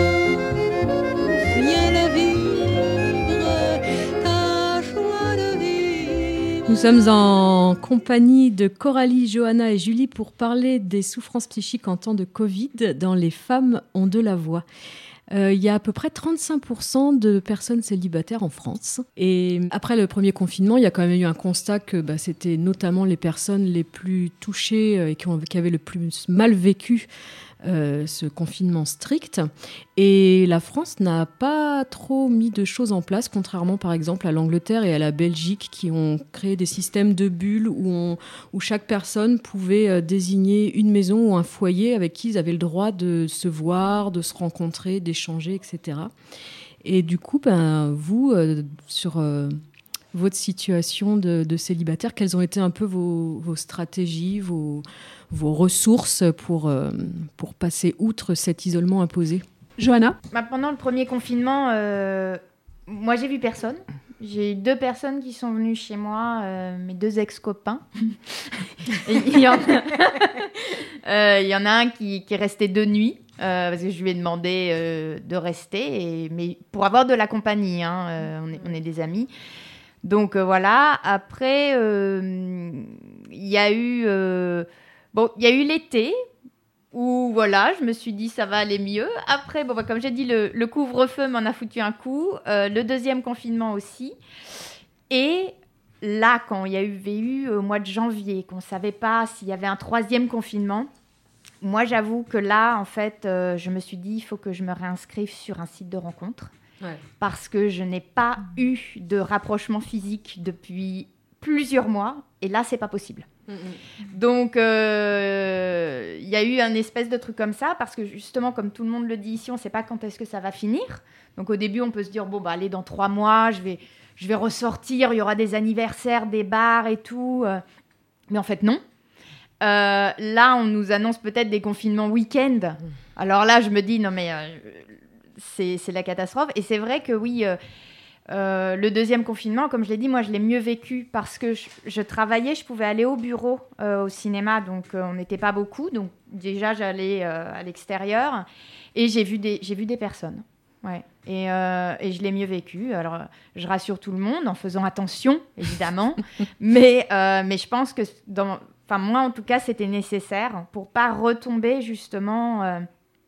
viens la vivre, ta joie de vivre. Nous sommes en compagnie de Coralie, Johanna et Julie pour parler des souffrances psychiques en temps de Covid dans Les femmes ont de la voix. Euh, il y a à peu près trente-cinq pour cent de personnes célibataires en France. Et après le premier confinement, il y a quand même eu un constat que bah, c'était notamment les personnes les plus touchées et qui, ont, qui avaient le plus mal vécu euh, ce confinement strict. Et la France n'a pas trop mis de choses en place, contrairement par exemple à l'Angleterre et à la Belgique qui ont créé des systèmes de bulles où, on, où chaque personne pouvait euh, désigner une maison ou un foyer avec qui ils avaient le droit de se voir, de se rencontrer, d'échanger, et cetera. Et du coup, ben, vous, euh, sur euh, votre situation de, de célibataire, quelles ont été un peu vos, vos stratégies, vos, vos ressources pour, euh, pour passer outre cet isolement imposé ? Johanna ? Bah, pendant le premier confinement, euh, moi j'ai vu personne. J'ai eu deux personnes qui sont venues chez moi, euh, mes deux ex-copains. Il y, en a... euh, il y en a un qui, qui est resté deux nuits, euh, parce que je lui ai demandé euh, de rester, et... mais pour avoir de la compagnie, hein, euh, on, est, on est des amis. Donc euh, voilà, après, euh, il y a eu, euh, bon, il y a eu l'été, où voilà, je me suis dit ça va aller mieux. Après, bon, bah, comme j'ai dit, le, le couvre-feu m'en a foutu un coup, euh, le deuxième confinement aussi. Et là, quand il y avait eu au mois de janvier, qu'on ne savait pas s'il y avait un troisième confinement, moi j'avoue que là, en fait, euh, je me suis dit il faut que je me réinscrive sur un site de rencontre. Ouais. Parce que je n'ai pas eu de rapprochement physique depuis plusieurs mois, et là, c'est pas possible. Mmh. Donc, il euh, y a eu un espèce de truc comme ça, parce que justement, comme tout le monde le dit ici, on ne sait pas quand est-ce que ça va finir. Donc, au début, on peut se dire, bon, bah, allez, dans trois mois, je vais, je vais ressortir, il y aura des anniversaires, des bars et tout. Mais en fait, non. Euh, là, on nous annonce peut-être des confinements week-end. Mmh. Alors là, je me dis, non, mais euh, c'est, c'est la catastrophe. Et c'est vrai que oui... Euh, Euh, le deuxième confinement, comme je l'ai dit, moi, je l'ai mieux vécu parce que je, je travaillais, je pouvais aller au bureau, euh, au cinéma, donc euh, on n'était pas beaucoup. Donc déjà, j'allais euh, à l'extérieur et j'ai vu des, j'ai vu des personnes. Ouais. Et, euh, et je l'ai mieux vécu. Alors, je rassure tout le monde en faisant attention, évidemment. mais, euh, mais je pense que, dans, enfin, moi, en tout cas, c'était nécessaire pour ne pas retomber, justement, euh,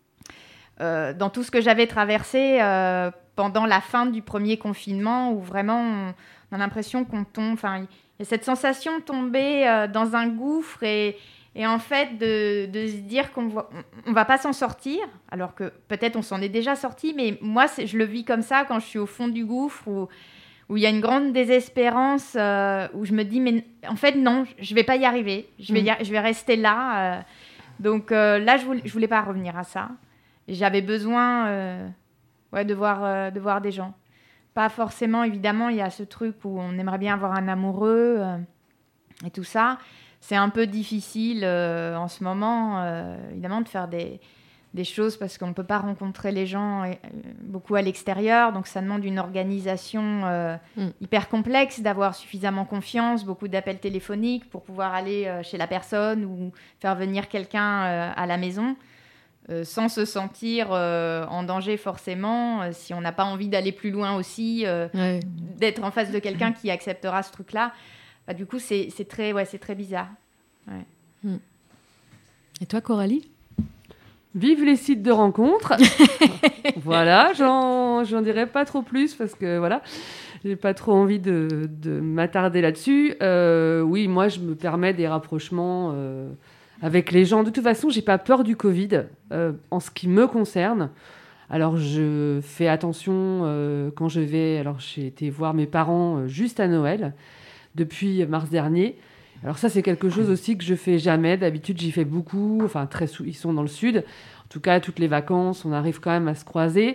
euh, dans tout ce que j'avais traversé euh, pendant la fin du premier confinement, où vraiment on, on a l'impression qu'on tombe, enfin il y a cette sensation de tomber euh, dans un gouffre et, et en fait de, de se dire qu'on va, on, on va pas s'en sortir, alors que peut-être on s'en est déjà sorti, mais moi c'est, je le vis comme ça quand je suis au fond du gouffre, où où il y a une grande désespérance, euh, où je me dis mais en fait non, je vais pas y arriver, je vais, y, je vais rester là, euh, donc euh, là je voulais, je voulais pas revenir à ça, et j'avais besoin euh, Ouais, de voir, euh, de voir des gens. Pas forcément, évidemment, il y a ce truc où on aimerait bien avoir un amoureux euh, et tout ça. C'est un peu difficile euh, en ce moment, euh, évidemment, de faire des, des choses parce qu'on ne peut pas rencontrer les gens euh, beaucoup à l'extérieur. Donc, ça demande une organisation euh, mm. hyper complexe, d'avoir suffisamment confiance, beaucoup d'appels téléphoniques pour pouvoir aller euh, chez la personne ou faire venir quelqu'un euh, à la maison. Euh, sans se sentir euh, en danger forcément, euh, si on n'a pas envie d'aller plus loin aussi, euh, ouais. d'être en face de quelqu'un qui acceptera ce truc-là, bah, du coup, c'est, c'est, très, ouais, c'est très bizarre. Ouais. Et toi, Coralie ? Vive les sites de rencontres. Voilà, j'en, j'en dirai pas trop plus parce que voilà, j'ai pas trop envie de, de m'attarder là-dessus. Euh, oui, moi, je me permets des rapprochements... Euh, avec les gens. De toute façon, j'ai pas peur du Covid euh, en ce qui me concerne. Alors, je fais attention euh, quand je vais... Alors, j'ai été voir mes parents euh, juste à Noël, depuis mars dernier. Alors ça, c'est quelque chose aussi que je fais jamais. D'habitude, j'y fais beaucoup. Enfin, très sou- ils sont dans le sud. En tout cas, toutes les vacances, on arrive quand même à se croiser.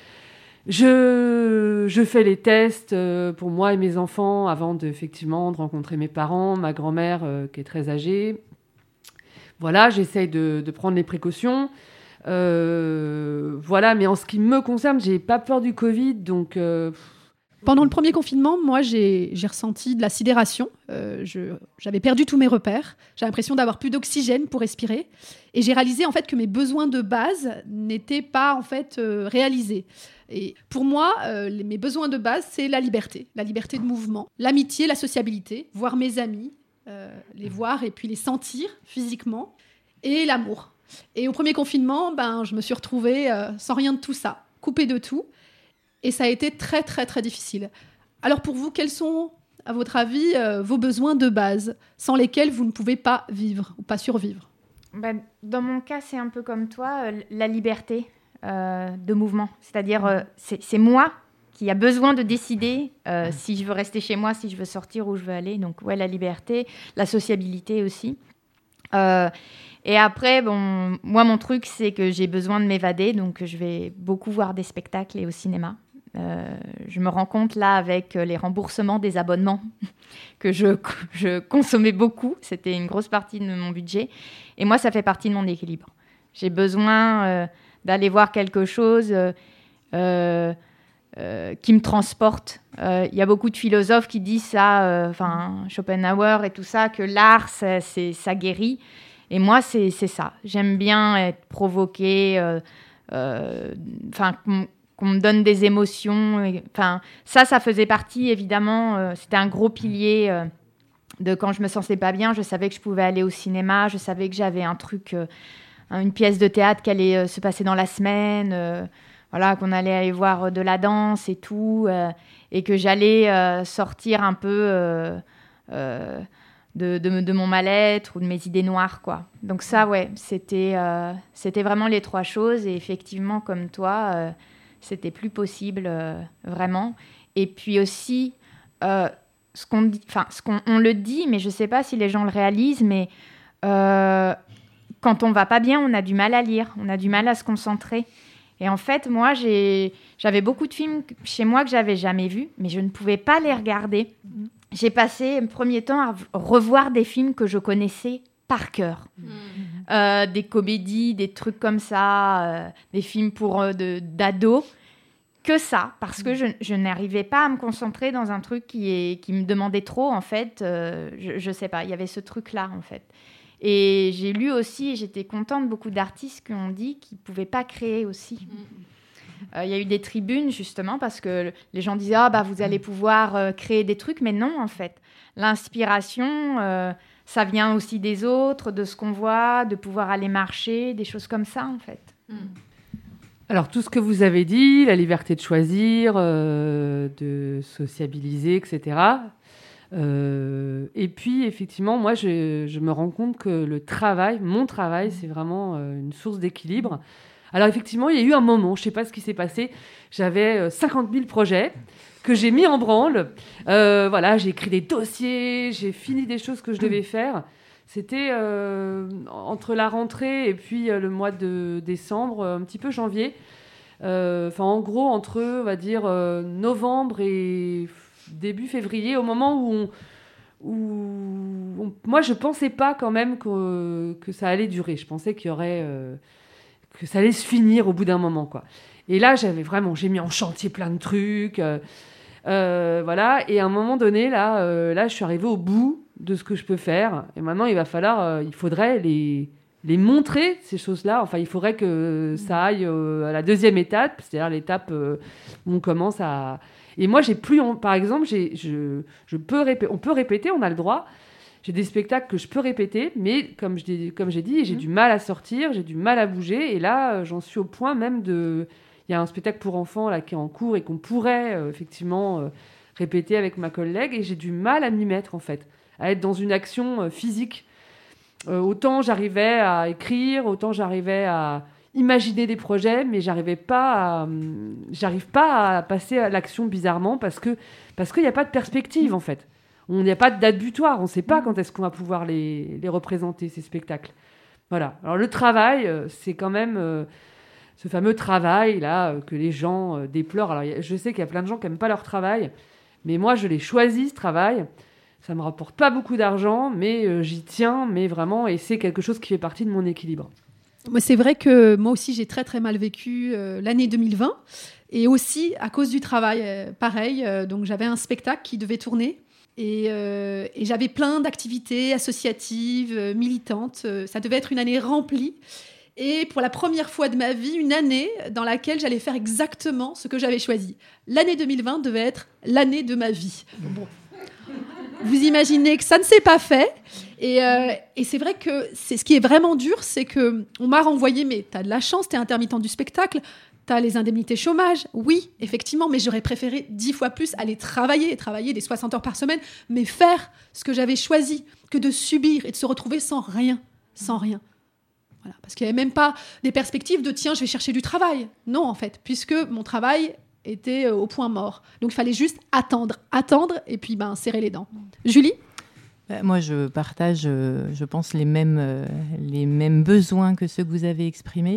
Je, je fais les tests euh, pour moi et mes enfants avant de, effectivement, de rencontrer mes parents, ma grand-mère euh, qui est très âgée. Voilà, j'essaye de, de prendre les précautions. Euh, voilà, mais en ce qui me concerne, j'ai pas peur du Covid, donc... Euh... Pendant le premier confinement, moi, j'ai, j'ai ressenti de la sidération. Euh, je, j'avais perdu tous mes repères. J'ai l'impression d'avoir plus d'oxygène pour respirer. Et j'ai réalisé, en fait, que mes besoins de base n'étaient pas, en fait, euh, réalisés. Et pour moi, euh, les, mes besoins de base, c'est la liberté. La liberté de mouvement, l'amitié, la sociabilité, voir mes amis, Euh, les voir et puis les sentir physiquement, et l'amour. Et au premier confinement, ben, je me suis retrouvée euh, sans rien de tout ça, coupée de tout, et ça a été très très très difficile. Alors pour vous, quels sont, à votre avis, euh, vos besoins de base, sans lesquels vous ne pouvez pas vivre ou pas survivre ? Ben, dans mon cas, c'est un peu comme toi, euh, la liberté euh, de mouvement. C'est-à-dire, euh, c'est, c'est moi qui a besoin de décider euh, si je veux rester chez moi, si je veux sortir, où je veux aller. Donc, ouais, la liberté, la sociabilité aussi. Euh, et après, bon, moi, mon truc, c'est que j'ai besoin de m'évader. Donc, je vais beaucoup voir des spectacles et au cinéma. Euh, je me rends compte, là, avec les remboursements des abonnements, que je, je consommais beaucoup. C'était une grosse partie de mon budget. Et moi, ça fait partie de mon équilibre. J'ai besoin euh, d'aller voir quelque chose... Euh, euh, Euh, qui me transporte. Il euh, y a beaucoup de philosophes qui disent ça, enfin euh, Schopenhauer et tout ça, que l'art, ça, c'est, ça guérit. Et moi, c'est, c'est ça. J'aime bien être provoquée, euh, euh, qu'on, qu'on me donne des émotions. Enfin, ça, ça faisait partie, évidemment. Euh, c'était un gros pilier euh, de quand je me sentais pas bien. Je savais que je pouvais aller au cinéma. Je savais que j'avais un truc, euh, une pièce de théâtre qui allait euh, se passer dans la semaine. Euh, Voilà, qu'on allait aller voir de la danse et tout, euh, et que j'allais euh, sortir un peu euh, euh, de, de, de mon mal-être ou de mes idées noires, quoi. Donc ça, ouais, c'était, euh, c'était vraiment les trois choses. Et effectivement, comme toi, euh, c'était plus possible, euh, vraiment. Et puis aussi, euh, ce qu'on dit, enfin, ce qu'on on le dit, mais je ne sais pas si les gens le réalisent, mais euh, quand on ne va pas bien, on a du mal à lire, on a du mal à se concentrer. Et en fait, moi, j'ai, j'avais beaucoup de films chez moi que je n'avais jamais vus, mais je ne pouvais pas les regarder. J'ai passé le premier temps à revoir des films que je connaissais par cœur. Mmh. Euh, des comédies, des trucs comme ça, euh, des films pour, euh, de, d'ados. Que ça, parce que je, je n'arrivais pas à me concentrer dans un truc qui, est, qui me demandait trop, en fait. Euh, je ne sais pas, il y avait ce truc-là, en fait. Et j'ai lu aussi, et j'étais contente, beaucoup d'artistes qui ont dit qu'ils ne pouvaient pas créer aussi. Il euh, y a eu des tribunes, justement, parce que les gens disaient « Ah, bah, vous allez pouvoir euh, créer des trucs », mais non, en fait. L'inspiration, euh, ça vient aussi des autres, de ce qu'on voit, de pouvoir aller marcher, des choses comme ça, en fait. Mm. Alors, tout ce que vous avez dit, la liberté de choisir, euh, de sociabiliser, et cetera. Euh, et puis, effectivement, moi, je, je me rends compte que le travail, mon travail, c'est vraiment euh, une source d'équilibre. Alors, effectivement, il y a eu un moment, je ne sais pas ce qui s'est passé, j'avais cinquante mille projets que j'ai mis en branle. Euh, voilà, j'ai écrit des dossiers, j'ai fini des choses que je devais faire. C'était euh, entre la rentrée et puis euh, le mois de décembre, un petit peu janvier. Enfin, euh, en gros, entre, on va dire, euh, novembre et début février, au moment où, on, où on, moi, je ne pensais pas quand même que, que ça allait durer. Je pensais qu'il y aurait... Euh, que ça allait se finir au bout d'un moment, quoi. Et là, j'avais vraiment... J'ai mis en chantier plein de trucs. Euh, euh, voilà. Et à un moment donné, là, euh, là, je suis arrivée au bout de ce que je peux faire. Et maintenant, il va falloir... Euh, il faudrait les, les montrer, ces choses-là. Enfin, il faudrait que ça aille euh, à la deuxième étape, c'est-à-dire l'étape euh, où on commence à... Et moi, j'ai plus... En, par exemple, j'ai, je, je peux répé- on peut répéter, on a le droit. J'ai des spectacles que je peux répéter, mais comme, je dis, comme j'ai dit, j'ai mmh. du mal à sortir, j'ai du mal à bouger. Et là, euh, j'en suis au point même de... Il y a un spectacle pour enfants là, qui est en cours et qu'on pourrait euh, effectivement euh, répéter avec ma collègue. Et j'ai du mal à m'y mettre, en fait, à être dans une action euh, physique. Euh, autant j'arrivais à écrire, autant j'arrivais à imaginer des projets, mais j'arrivais pas à, euh, j'arrive pas à passer à l'action bizarrement parce que parce qu'il n'y a pas de perspective, en fait. Il n'y a pas de date butoir, on ne sait pas quand est-ce qu'on va pouvoir les, les représenter, ces spectacles. Voilà. Alors le travail, euh, c'est quand même euh, ce fameux travail là euh, que les gens euh, déplorent. Alors y a, je sais qu'il y a plein de gens qui n'aiment pas leur travail, mais moi je l'ai choisi, ce travail. Ça ne me rapporte pas beaucoup d'argent, mais euh, j'y tiens, mais vraiment, et c'est quelque chose qui fait partie de mon équilibre. C'est vrai que moi aussi j'ai très très mal vécu euh, l'année deux mille vingt, et aussi à cause du travail, euh, pareil. Euh, donc j'avais un spectacle qui devait tourner. Et, euh, et j'avais plein d'activités associatives, euh, militantes. Euh, ça devait être une année remplie. Et pour la première fois de ma vie, une année dans laquelle j'allais faire exactement ce que j'avais choisi. L'année deux mille vingt devait être l'année de ma vie. Bon. Vous imaginez que ça ne s'est pas fait. Et, euh, et c'est vrai que c'est, ce qui est vraiment dur, c'est qu'on m'a renvoyé, mais t'as de la chance, t'es intermittent du spectacle, t'as les indemnités chômage, oui, effectivement, mais j'aurais préféré dix fois plus aller travailler, travailler des soixante heures par semaine, mais faire ce que j'avais choisi, que de subir et de se retrouver sans rien, sans rien. Voilà, parce qu'il n'y avait même pas des perspectives de « tiens, je vais chercher du travail ». Non, en fait, puisque mon travail était au point mort. Donc, il fallait juste attendre, attendre et puis ben, serrer les dents. Julie ? Moi, je partage, je pense, les mêmes, les mêmes besoins que ceux que vous avez exprimés.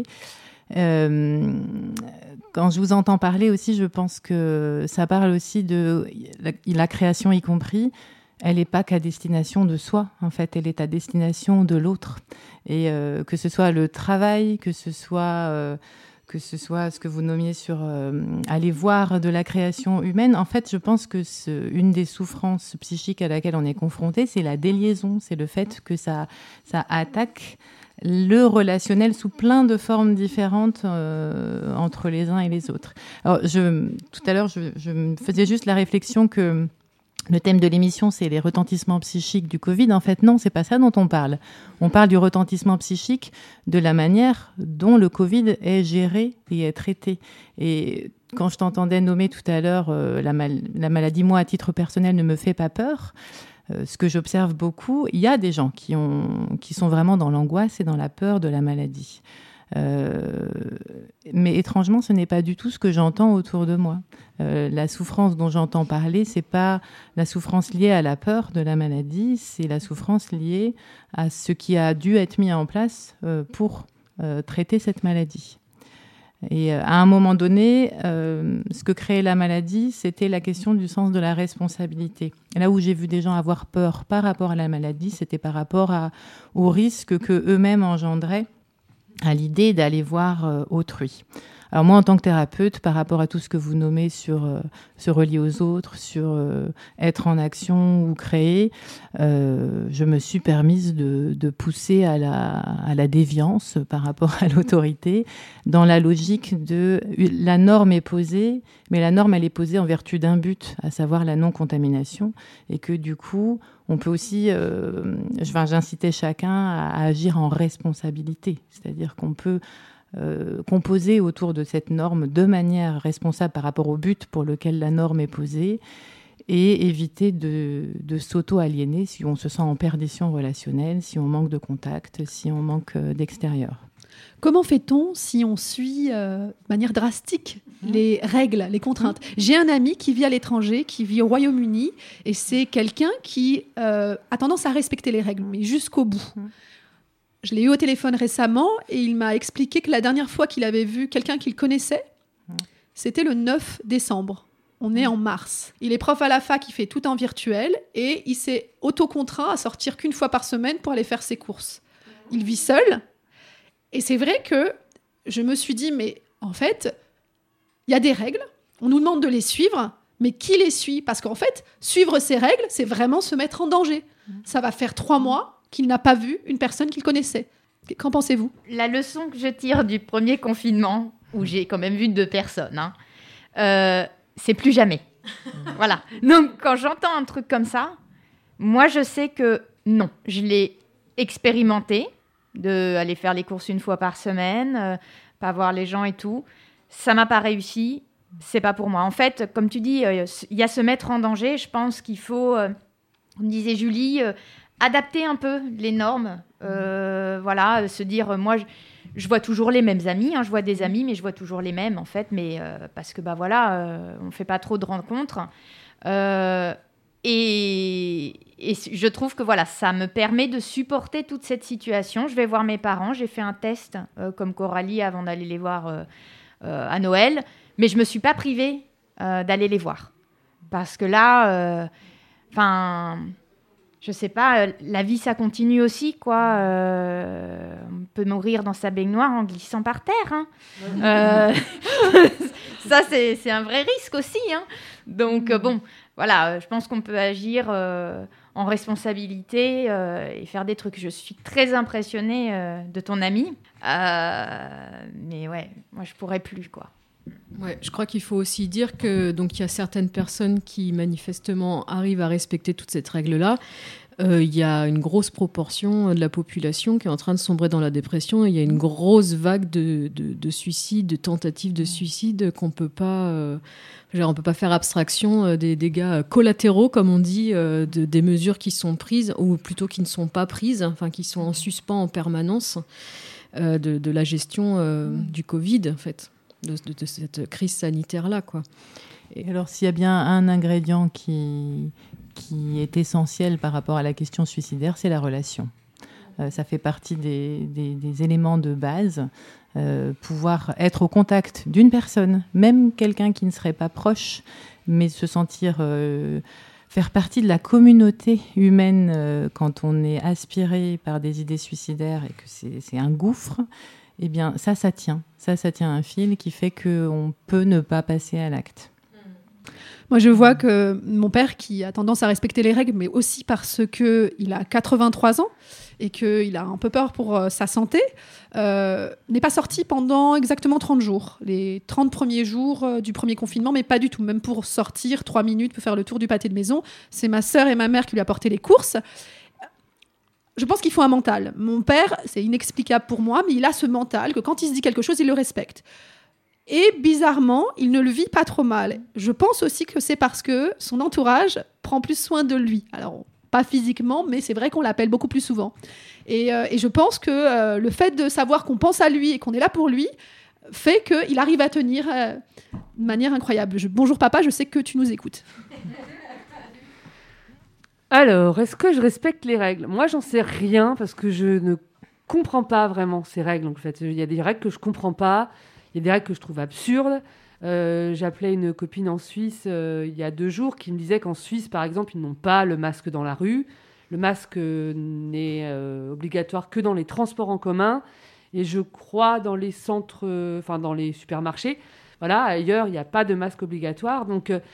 Euh, quand je vous entends parler aussi, je pense que ça parle aussi de la, la création y compris. Elle n'est pas qu'à destination de soi, en fait, elle est à destination de l'autre. Et euh, que ce soit le travail, que ce soit, euh, que ce soit ce que vous nommiez sur euh, aller voir de la création humaine, en fait, je pense que ce, une des souffrances psychiques à laquelle on est confronté, c'est la déliaison, c'est le fait que ça, ça attaque le relationnel sous plein de formes différentes euh, entre les uns et les autres. Alors, je, tout à l'heure, je, je me faisais juste la réflexion que le thème de l'émission, c'est les retentissements psychiques du Covid. En fait, non, c'est pas ça dont on parle. On parle du retentissement psychique de la manière dont le Covid est géré et est traité. Et quand je t'entendais nommer tout à l'heure euh, la, mal- la maladie, moi, à titre personnel, ne me fait pas peur. Euh, ce que j'observe beaucoup, il y a des gens qui, ont, qui sont vraiment dans l'angoisse et dans la peur de la maladie. Euh, mais étrangement, ce n'est pas du tout ce que j'entends autour de moi. Euh, la souffrance dont j'entends parler, c'est pas la souffrance liée à la peur de la maladie, c'est la souffrance liée à ce qui a dû être mis en place euh, pour euh, traiter cette maladie. Et euh, à un moment donné, euh, ce que créait la maladie, c'était la question du sens de la responsabilité. Et là où j'ai vu des gens avoir peur par rapport à la maladie, c'était par rapport à, au risque que eux-mêmes engendraient à l'idée d'aller voir euh, autrui. Alors moi, en tant que thérapeute, par rapport à tout ce que vous nommez sur euh, se relier aux autres, sur euh, être en action ou créer, euh, je me suis permise de, de pousser à la, à la déviance par rapport à l'autorité, dans la logique de la norme est posée, mais la norme, elle est posée en vertu d'un but, à savoir la non-contamination, et que du coup, on peut aussi, euh, enfin, j'incitais chacun à, à agir en responsabilité, c'est-à-dire qu'on peut Euh, composer autour de cette norme de manière responsable par rapport au but pour lequel la norme est posée et éviter de, de s'auto-aliéner si on se sent en perdition relationnelle, si on manque de contact, si on manque d'extérieur. Comment fait-on si on suit euh, de manière drastique les règles, les contraintes ? J'ai un ami qui vit à l'étranger, qui vit au Royaume-Uni, et c'est quelqu'un qui euh, a tendance à respecter les règles, mais jusqu'au bout. Je l'ai eu au téléphone récemment et il m'a expliqué que la dernière fois qu'il avait vu quelqu'un qu'il connaissait, c'était le neuf décembre. On est en mars. Il est prof à la fac, il fait tout en virtuel et il s'est autocontraint à sortir qu'une fois par semaine pour aller faire ses courses. Il vit seul et c'est vrai que je me suis dit, mais en fait, il y a des règles, on nous demande de les suivre, mais qui les suit ? Parce qu'en fait, suivre ces règles, c'est vraiment se mettre en danger. Ça va faire trois mois qu'il n'a pas vu une personne qu'il connaissait. Qu'en pensez-vous ? La leçon que je tire du premier confinement, où j'ai quand même vu deux personnes, hein, euh, c'est plus jamais. Voilà. Donc, quand j'entends un truc comme ça, moi, je sais que non. Je l'ai expérimenté, d'aller faire les courses une fois par semaine, euh, pas voir les gens et tout. Ça m'a pas réussi. C'est pas pour moi. En fait, comme tu dis, il euh, y a se mettre en danger. Je pense qu'il faut, euh, comme disait Julie, euh, adapter un peu les normes, euh, voilà, se dire, euh, moi, je, je vois toujours les mêmes amis, hein, je vois des amis, mais je vois toujours les mêmes, en fait, mais euh, parce que, bah voilà, euh, on ne fait pas trop de rencontres. Euh, et, et je trouve que, voilà, ça me permet de supporter toute cette situation. Je vais voir mes parents, j'ai fait un test, euh, comme Coralie, avant d'aller les voir euh, euh, à Noël, mais je ne me suis pas privée euh, d'aller les voir. Parce que là, enfin... Euh, je sais pas, la vie, ça continue aussi, quoi. Euh, on peut mourir dans sa baignoire en glissant par terre. Hein. Euh, ça, c'est, c'est un vrai risque aussi. Hein. Donc, euh, bon, voilà, je pense qu'on peut agir euh, en responsabilité euh, et faire des trucs. Je suis très impressionnée euh, de ton ami. Euh, mais ouais, moi, je pourrais plus, quoi. Ouais, je crois qu'il faut aussi dire que donc il y a certaines personnes qui manifestement arrivent à respecter toute cette règle-là. Euh, il y a une grosse proportion de la population qui est en train de sombrer dans la dépression. Et il y a une grosse vague de, de, de suicides, de tentatives de suicide qu'on peut pas, euh, genre on peut pas faire abstraction euh, des dégâts collatéraux, comme on dit, euh, de, des mesures qui sont prises ou plutôt qui ne sont pas prises, enfin qui sont en suspens en permanence euh, de, de la gestion euh, mmh. du Covid, en fait. De, de, de cette crise sanitaire-là, quoi. Et alors, s'il y a bien un ingrédient qui, qui est essentiel par rapport à la question suicidaire, c'est la relation. Euh, ça fait partie des, des, des éléments de base. Euh, pouvoir être au contact d'une personne, même quelqu'un qui ne serait pas proche, mais se sentir... Euh, faire partie de la communauté humaine euh, quand on est aspiré par des idées suicidaires et que c'est, c'est un gouffre, eh bien, ça, ça tient. Ça, ça tient un fil qui fait qu'on peut ne pas passer à l'acte. Moi, je vois que mon père, qui a tendance à respecter les règles, mais aussi parce qu'il a quatre-vingt-trois ans et qu'il a un peu peur pour euh, sa santé, euh, n'est pas sorti pendant exactement trente jours. Les trente premiers jours euh, du premier confinement, mais pas du tout. Même pour sortir trois minutes, pour faire le tour du pâté de maison, c'est ma sœur et ma mère qui lui apportaient les courses. Je pense qu'il faut un mental. Mon père, c'est inexplicable pour moi, mais il a ce mental que quand il se dit quelque chose, il le respecte. Et bizarrement, il ne le vit pas trop mal. Je pense aussi que c'est parce que son entourage prend plus soin de lui. Alors, pas physiquement, mais c'est vrai qu'on l'appelle beaucoup plus souvent. Et, euh, et je pense que euh, le fait de savoir qu'on pense à lui et qu'on est là pour lui fait qu'il arrive à tenir euh, de manière incroyable. Je, bonjour papa, je sais que tu nous écoutes. Alors, est-ce que je respecte les règles ? Moi, j'en sais rien parce que je ne comprends pas vraiment ces règles. En fait, il y a des règles que je comprends pas. Il y a des règles que je trouve absurdes. Euh, j'appelais une copine en Suisse euh, il y a deux jours qui me disait qu'en Suisse, par exemple, ils n'ont pas le masque dans la rue. Le masque euh, n'est euh, obligatoire que dans les transports en commun et je crois dans les centres, enfin euh, dans les supermarchés. Voilà, ailleurs, il n'y a pas de masque obligatoire. Donc, euh,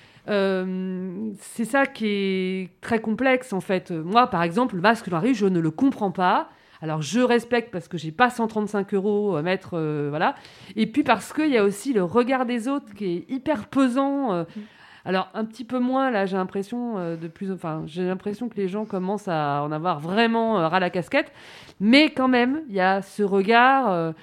euh, c'est ça qui est très complexe, en fait. Moi, par exemple, le masque dans la rue, je ne le comprends pas. Alors, je respecte parce que je n'ai pas cent trente-cinq euros à mettre, euh, voilà. Et puis, parce qu'il y a aussi le regard des autres qui est hyper pesant. Euh, alors, un petit peu moins, là, j'ai l'impression, euh, de plus... Enfin, j'ai l'impression que les gens commencent à en avoir vraiment euh, ras la casquette. Mais quand même, il y a ce regard... Euh,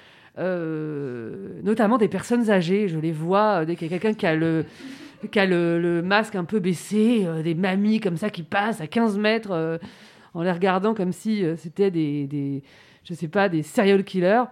Euh, notamment des personnes âgées, je les vois, euh, dès qu'il y a quelqu'un qui a le, qui a le, le masque un peu baissé, euh, des mamies comme ça qui passent à quinze mètres euh, en les regardant comme si euh, c'était des, des, je sais pas, des serial killers.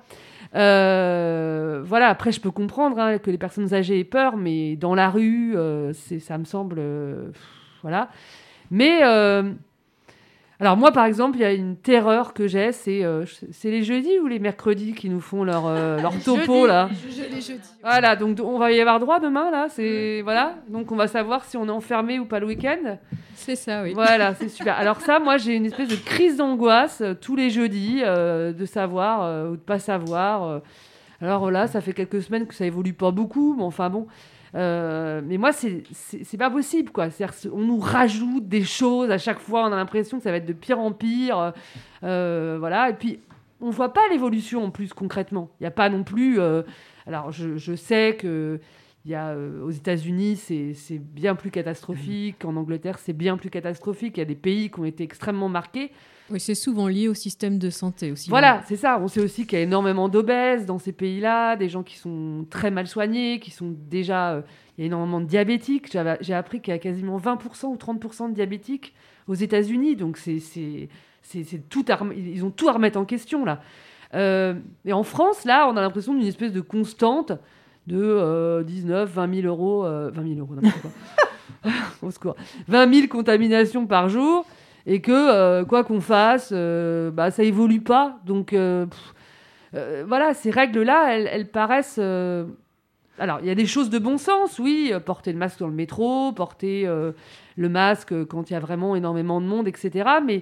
Euh, voilà, après je peux comprendre hein, que les personnes âgées aient peur, mais dans la rue, euh, c'est, ça me semble... Euh, pff, voilà. Mais... Euh, Alors moi, par exemple, il y a une terreur que j'ai, c'est, euh, c'est les jeudis ou les mercredis qui nous font leur, euh, leur topo, là. Les jeudis. Voilà, donc on va y avoir droit demain, là. C'est, voilà, donc on va savoir si on est enfermé ou pas le week-end. C'est ça, oui. Voilà, c'est super. Alors ça, moi, j'ai une espèce de crise d'angoisse euh, tous les jeudis euh, de savoir euh, ou de pas savoir. euh. Alors là, ça fait quelques semaines que ça évolue pas beaucoup, mais enfin bon... Euh, mais moi, c'est, c'est, c'est pas possible, quoi. C'est-à-dire, on nous rajoute des choses à chaque fois, on a l'impression que ça va être de pire en pire. Euh, voilà, et puis on voit pas l'évolution en plus concrètement. Il n'y a pas non plus. Euh, alors, je, je sais que il y a, euh, aux États-Unis, c'est, c'est bien plus catastrophique. En Angleterre, c'est bien plus catastrophique. Il y a des pays qui ont été extrêmement marqués. Oui, c'est souvent lié au système de santé aussi. Voilà, c'est ça. On sait aussi qu'il y a énormément d'obèses dans ces pays-là, des gens qui sont très mal soignés, qui sont déjà... Euh, il y a énormément de diabétiques. J'avais, j'ai appris qu'il y a quasiment vingt pour cent ou trente pour cent de diabétiques aux États-Unis. Donc, c'est, c'est, c'est, c'est tout à rem... ils ont tout à remettre en question, là. Euh, et en France, là, on a l'impression d'une espèce de constante de euh, dix-neuf, vingt mille euros... Euh, vingt mille euros, n'importe quoi. Au secours. vingt mille contaminations par jour... Et que, euh, quoi qu'on fasse, euh, bah, ça évolue pas. Donc, euh, pff, euh, voilà, ces règles-là, elles, elles paraissent... Euh... Alors, il y a des choses de bon sens, oui. Euh, porter le masque dans le métro, porter euh, le masque quand il y a vraiment énormément de monde, et cetera. Mais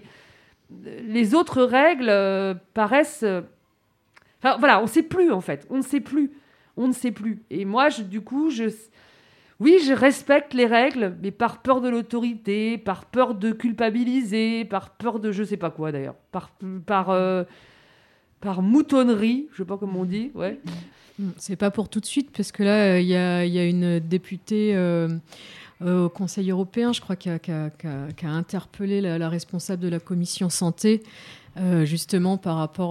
les autres règles euh, paraissent... Euh... Enfin, voilà, on ne sait plus, en fait. On ne sait plus. On ne sait plus. Et moi, je, du coup, je... Oui, je respecte les règles, mais par peur de l'autorité, par peur de culpabiliser, par peur de je sais pas quoi d'ailleurs, par par euh, par moutonnerie, je sais pas comment on dit, ouais. C'est pas pour tout de suite, parce que là, il y a, y a une députée euh, euh, au Conseil européen, je crois, qui a, qui a, qui a, qui a interpellé la, la responsable de la commission santé. Euh, justement par rapport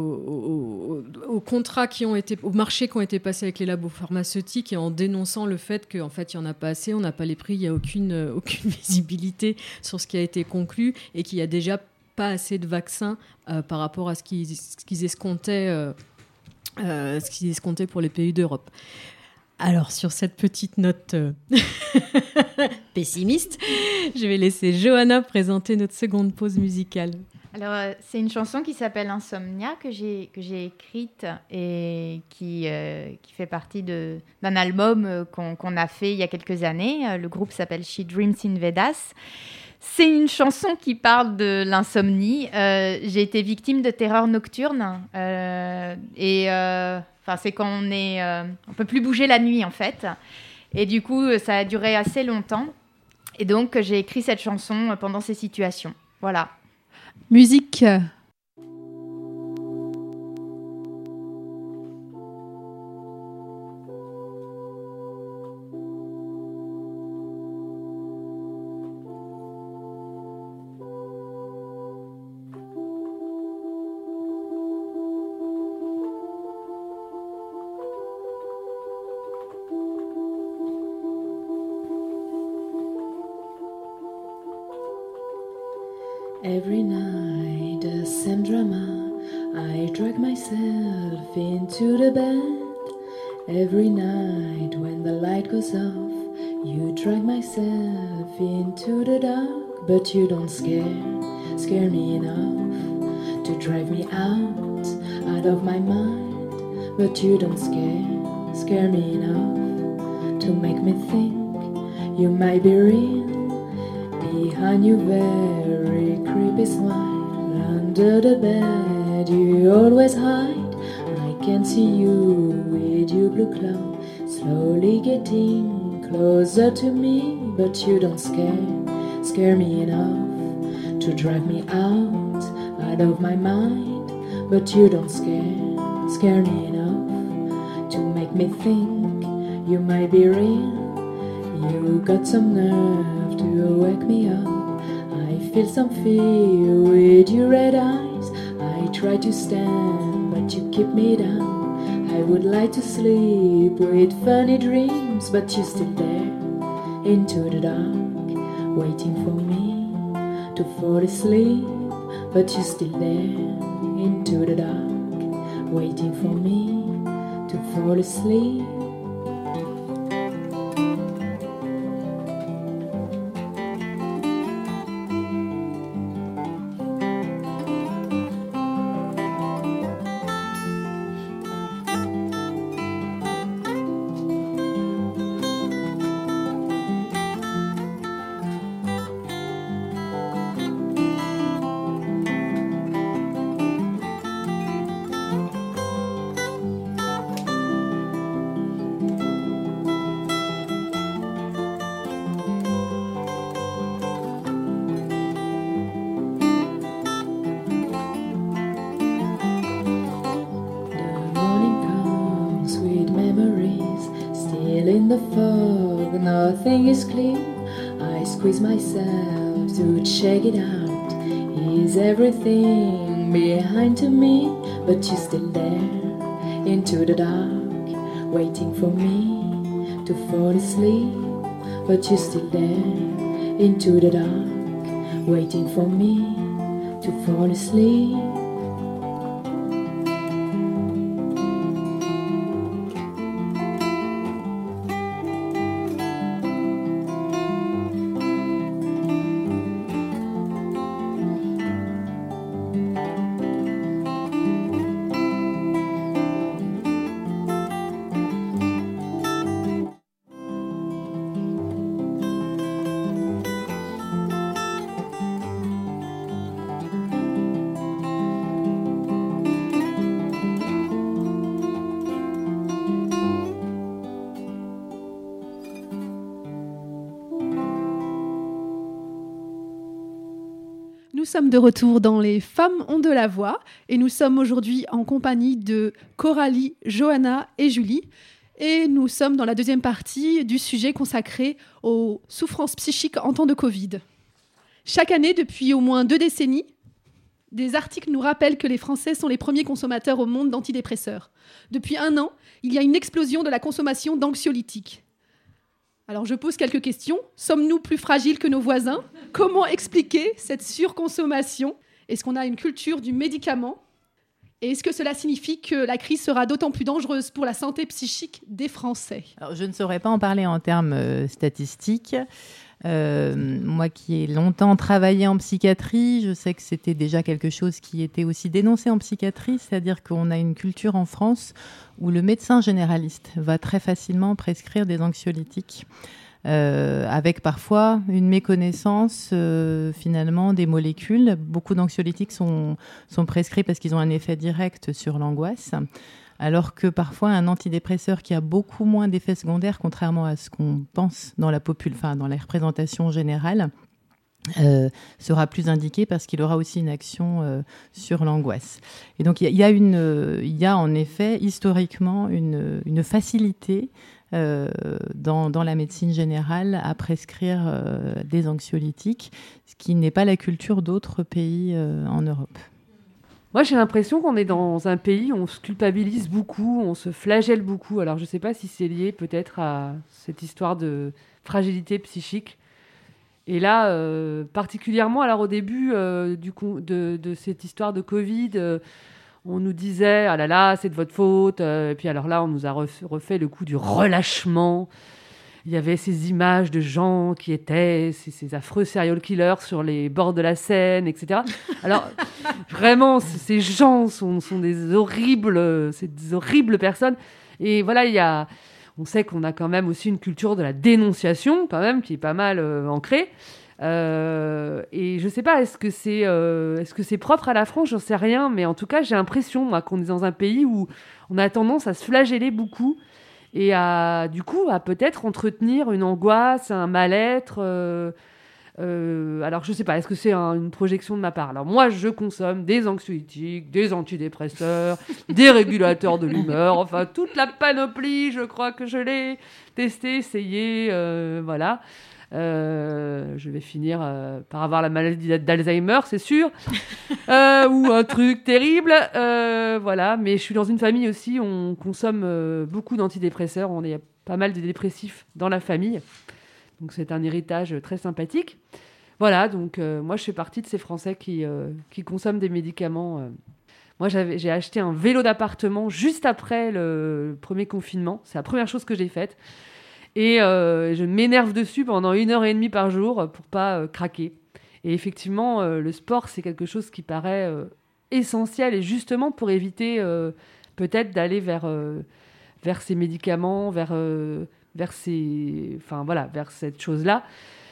aux au, au, au contrats qui ont été, aux marchés qui ont été passés avec les labos pharmaceutiques et en dénonçant le fait qu'en fait il n'y en a pas assez, on n'a pas les prix, il n'y a aucune, aucune visibilité sur ce qui a été conclu et qu'il n'y a déjà pas assez de vaccins euh, par rapport à ce qu'ils, ce qu'ils escomptaient, euh, euh, ce qu'ils escomptaient pour les pays d'Europe. Alors, sur cette petite note euh, pessimiste, je vais laisser Johanna présenter notre seconde pause musicale. Alors, euh, c'est une chanson qui s'appelle Insomnia que j'ai, que j'ai écrite et qui, euh, qui fait partie de, d'un album euh, qu'on, qu'on a fait il y a quelques années. Euh, le groupe s'appelle She Dreams in Vedas. C'est une chanson qui parle de l'insomnie. Euh, j'ai été victime de terreurs nocturnes euh, et euh, enfin, c'est quand on est, euh, on peut plus bouger la nuit en fait. Et du coup, ça a duré assez longtemps. Et donc, j'ai écrit cette chanson pendant ces situations. Voilà. Musique. Every night, the same drama. I drag myself into the bed. Every night, when the light goes off, you drag myself into the dark. But you don't scare, scare me enough to drive me out, out of my mind. But you don't scare, scare me enough to make me think you might be real. Behind your very creepy smile, under the bed you always hide. I can see you with your blue cloud, slowly getting closer to me. But you don't scare, scare me enough to drive me out, out of my mind. But you don't scare, scare me enough to make me think you might be real. You got some nerve to wake me up. I feel some fear with your red eyes. I try to stand, but you keep me down. I would like to sleep with funny dreams, but you're still there, into the dark, waiting for me to fall asleep. But you're still there, into the dark, waiting for me to fall asleep. Nothing is clear. I squeeze myself to check it out. Is everything behind to me? But you're still there, into the dark, waiting for me to fall asleep. But you're still there, into the dark, waiting for me to fall asleep. Nous sommes de retour dans Les Femmes ont de la voix et nous sommes aujourd'hui en compagnie de Coralie, Johanna et Julie. Et nous sommes dans la deuxième partie du sujet consacré aux souffrances psychiques en temps de Covid. Chaque année, depuis au moins deux décennies, des articles nous rappellent que les Français sont les premiers consommateurs au monde d'antidépresseurs. Depuis un an, il y a une explosion de la consommation d'anxiolytiques. Alors je pose quelques questions. Sommes-nous plus fragiles que nos voisins ? Comment expliquer cette surconsommation ? Est-ce qu'on a une culture du médicament ? Et est-ce que cela signifie que la crise sera d'autant plus dangereuse pour la santé psychique des Français ? Alors, je ne saurais pas en parler en termes euh, statistiques. Euh, moi qui ai longtemps travaillé en psychiatrie, je sais que c'était déjà quelque chose qui était aussi dénoncé en psychiatrie, c'est-à-dire qu'on a une culture en France où le médecin généraliste va très facilement prescrire des anxiolytiques, euh, avec parfois une méconnaissance euh, finalement des molécules. Beaucoup d'anxiolytiques sont, sont prescrits parce qu'ils ont un effet direct sur l'angoisse. Alors que parfois, un antidépresseur qui a beaucoup moins d'effets secondaires, contrairement à ce qu'on pense dans la, popul- enfin, dans la représentation générale, euh, sera plus indiqué parce qu'il aura aussi une action euh, sur l'angoisse. Et donc, il y, y, euh, y a en effet, historiquement, une, une facilité euh, dans, dans la médecine générale à prescrire euh, des anxiolytiques, ce qui n'est pas la culture d'autres pays euh, en Europe. Moi, j'ai l'impression qu'on est dans un pays où on se culpabilise beaucoup, on se flagelle beaucoup. Alors, je ne sais pas si c'est lié peut-être à cette histoire de fragilité psychique. Et là, euh, particulièrement, alors au début euh, du coup, de, de cette histoire de Covid, euh, on nous disait « Ah là là, c'est de votre faute euh, ». Et puis alors là, on nous a refait, refait le coup du relâchement. Il y avait ces images de gens qui étaient ces, ces affreux serial killers sur les bords de la Seine, et cetera. Alors, vraiment, c- ces gens sont, sont des horribles, c'est des horribles personnes. Et voilà, il y a... On sait qu'on a quand même aussi une culture de la dénonciation, quand même, qui est pas mal euh, ancrée. Euh, et je sais pas, est-ce que c'est, euh, est-ce que c'est propre à la France ? J'en sais rien, mais en tout cas, j'ai l'impression, moi, qu'on est dans un pays où on a tendance à se flageller beaucoup et à, du coup, à peut-être entretenir une angoisse, un mal-être. Euh, euh, alors, je sais pas, est-ce que c'est un- une projection de ma part ? Alors, moi, je consomme des anxiolytiques, des antidépresseurs, des régulateurs de l'humeur, enfin, toute la panoplie, je crois que je l'ai testé, essayé, euh, voilà. Euh, je vais finir euh, par avoir la maladie d'Alzheimer, c'est sûr, euh, ou un truc terrible, euh, voilà. Mais je suis dans une famille aussi, on consomme euh, beaucoup d'antidépresseurs, on est pas mal de dépressifs dans la famille, donc c'est un héritage très sympathique. Voilà, donc euh, moi je fais partie de ces Français qui, euh, qui consomment des médicaments. euh. Moi j'avais, j'ai acheté un vélo d'appartement juste après le premier confinement, c'est la première chose que j'ai faite. Et euh, je m'énerve dessus pendant une heure et demie par jour pour pas euh, craquer. Et effectivement, euh, le sport, c'est quelque chose qui paraît euh, essentiel, et justement pour éviter euh, peut-être d'aller vers, euh, vers ces médicaments, vers, euh, vers, ces, enfin, voilà, vers cette chose-là,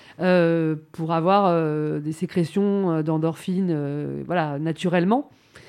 euh, pour avoir euh, des sécrétions d'endorphines euh, voilà, naturellement.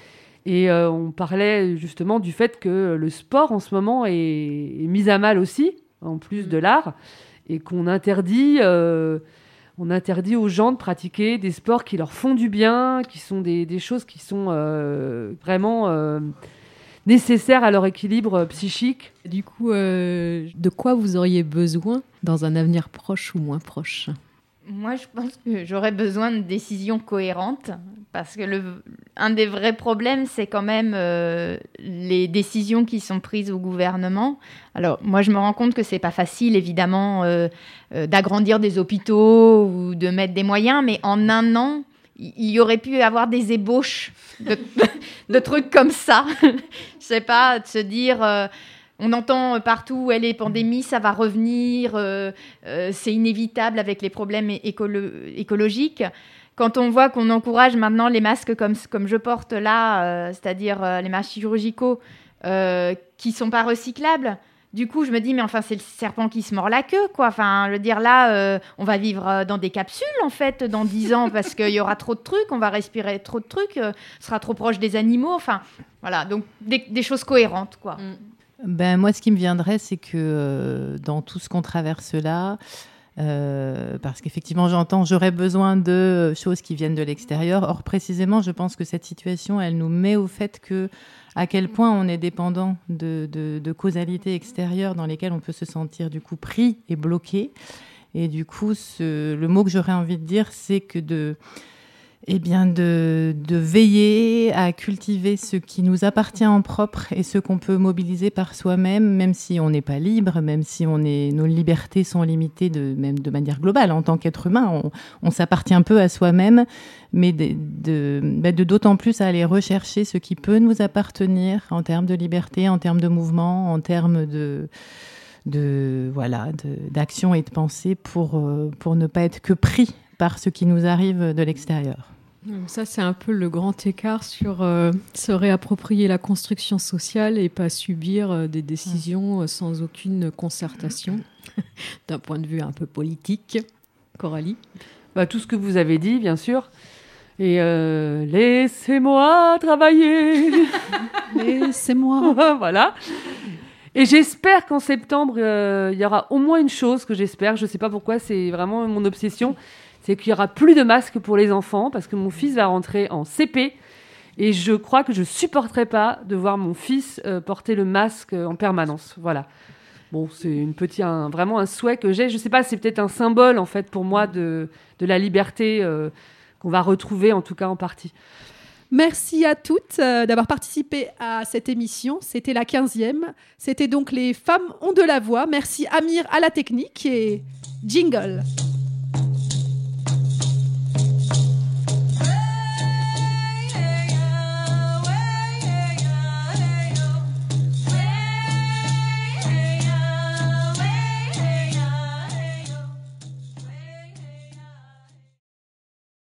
Et euh, on parlait justement du fait que le sport en ce moment est, est mis à mal aussi, en plus de l'art, et qu'on interdit, euh, on interdit aux gens de pratiquer des sports qui leur font du bien, qui sont des, des choses qui sont euh, vraiment euh, nécessaires à leur équilibre psychique. Du coup, euh, de quoi vous auriez besoin dans un avenir proche ou moins proche ? Moi, je pense que j'aurais besoin de décisions cohérentes, parce que le, un des vrais problèmes, c'est quand même euh, les décisions qui sont prises au gouvernement. Alors, moi, je me rends compte que c'est pas facile, évidemment, euh, euh, d'agrandir des hôpitaux ou de mettre des moyens, mais en un an, il y aurait pu y avoir des ébauches de, de trucs comme ça. Je sais pas, de se dire... Euh, On entend partout, ouais, les pandémies, ça va revenir, euh, euh, c'est inévitable avec les problèmes écolo- écologiques. Quand on voit qu'on encourage maintenant les masques comme, comme je porte là, euh, c'est-à-dire euh, les masques chirurgicaux euh, qui ne sont pas recyclables, du coup, je me dis, mais enfin, c'est le serpent qui se mord la queue, quoi. Enfin, je veux dire, là, euh, on va vivre dans des capsules, en fait, dans dix ans, parce qu'il y aura trop de trucs, on va respirer trop de trucs, euh, ce sera trop proche des animaux, enfin, voilà. Donc, des, des choses cohérentes, quoi. Mm. Ben, moi, ce qui me viendrait, c'est que euh, dans tout ce qu'on traverse là, euh, parce qu'effectivement, j'entends, j'aurais besoin de choses qui viennent de l'extérieur. Or, précisément, je pense que cette situation, elle nous met au fait que, à quel point on est dépendant de, de, de causalités extérieures dans lesquelles on peut se sentir du coup pris et bloqué. Et du coup, ce, le mot que j'aurais envie de dire, c'est que de... Eh bien, de, de veiller à cultiver ce qui nous appartient en propre et ce qu'on peut mobiliser par soi-même, même si on n'est pas libre, même si on est, nos libertés sont limitées, de, même de manière globale. En tant qu'être humain, on, on s'appartient un peu à soi-même, mais de, de, bah de d'autant plus à aller rechercher ce qui peut nous appartenir en termes de liberté, en termes de mouvement, en termes de... de voilà, de, d'action et de pensée pour, pour ne pas être que pris par ce qui nous arrive de l'extérieur. Ça, c'est un peu le grand écart sur euh, se réapproprier la construction sociale et pas subir euh, des décisions euh, sans aucune concertation, d'un point de vue un peu politique. Coralie ? Bah, tout ce que vous avez dit, bien sûr. Et euh, laissez-moi travailler. Laissez-moi. Voilà. Et j'espère qu'en septembre, il euh, y aura au moins une chose que j'espère. Je ne sais pas pourquoi, c'est vraiment mon obsession. C'est qu'il n'y aura plus de masques pour les enfants, parce que mon fils va rentrer en C P. Et je crois que je ne supporterai pas de voir mon fils euh, porter le masque en permanence. Voilà. Bon, c'est une petite, un, vraiment un souhait que j'ai. Je ne sais pas, c'est peut-être un symbole, en fait, pour moi, de, de la liberté euh, qu'on va retrouver, en tout cas en partie. Merci à toutes euh, d'avoir participé à cette émission. C'était la quinzième. C'était donc Les Femmes ont de la voix. Merci Amir à la technique et jingle.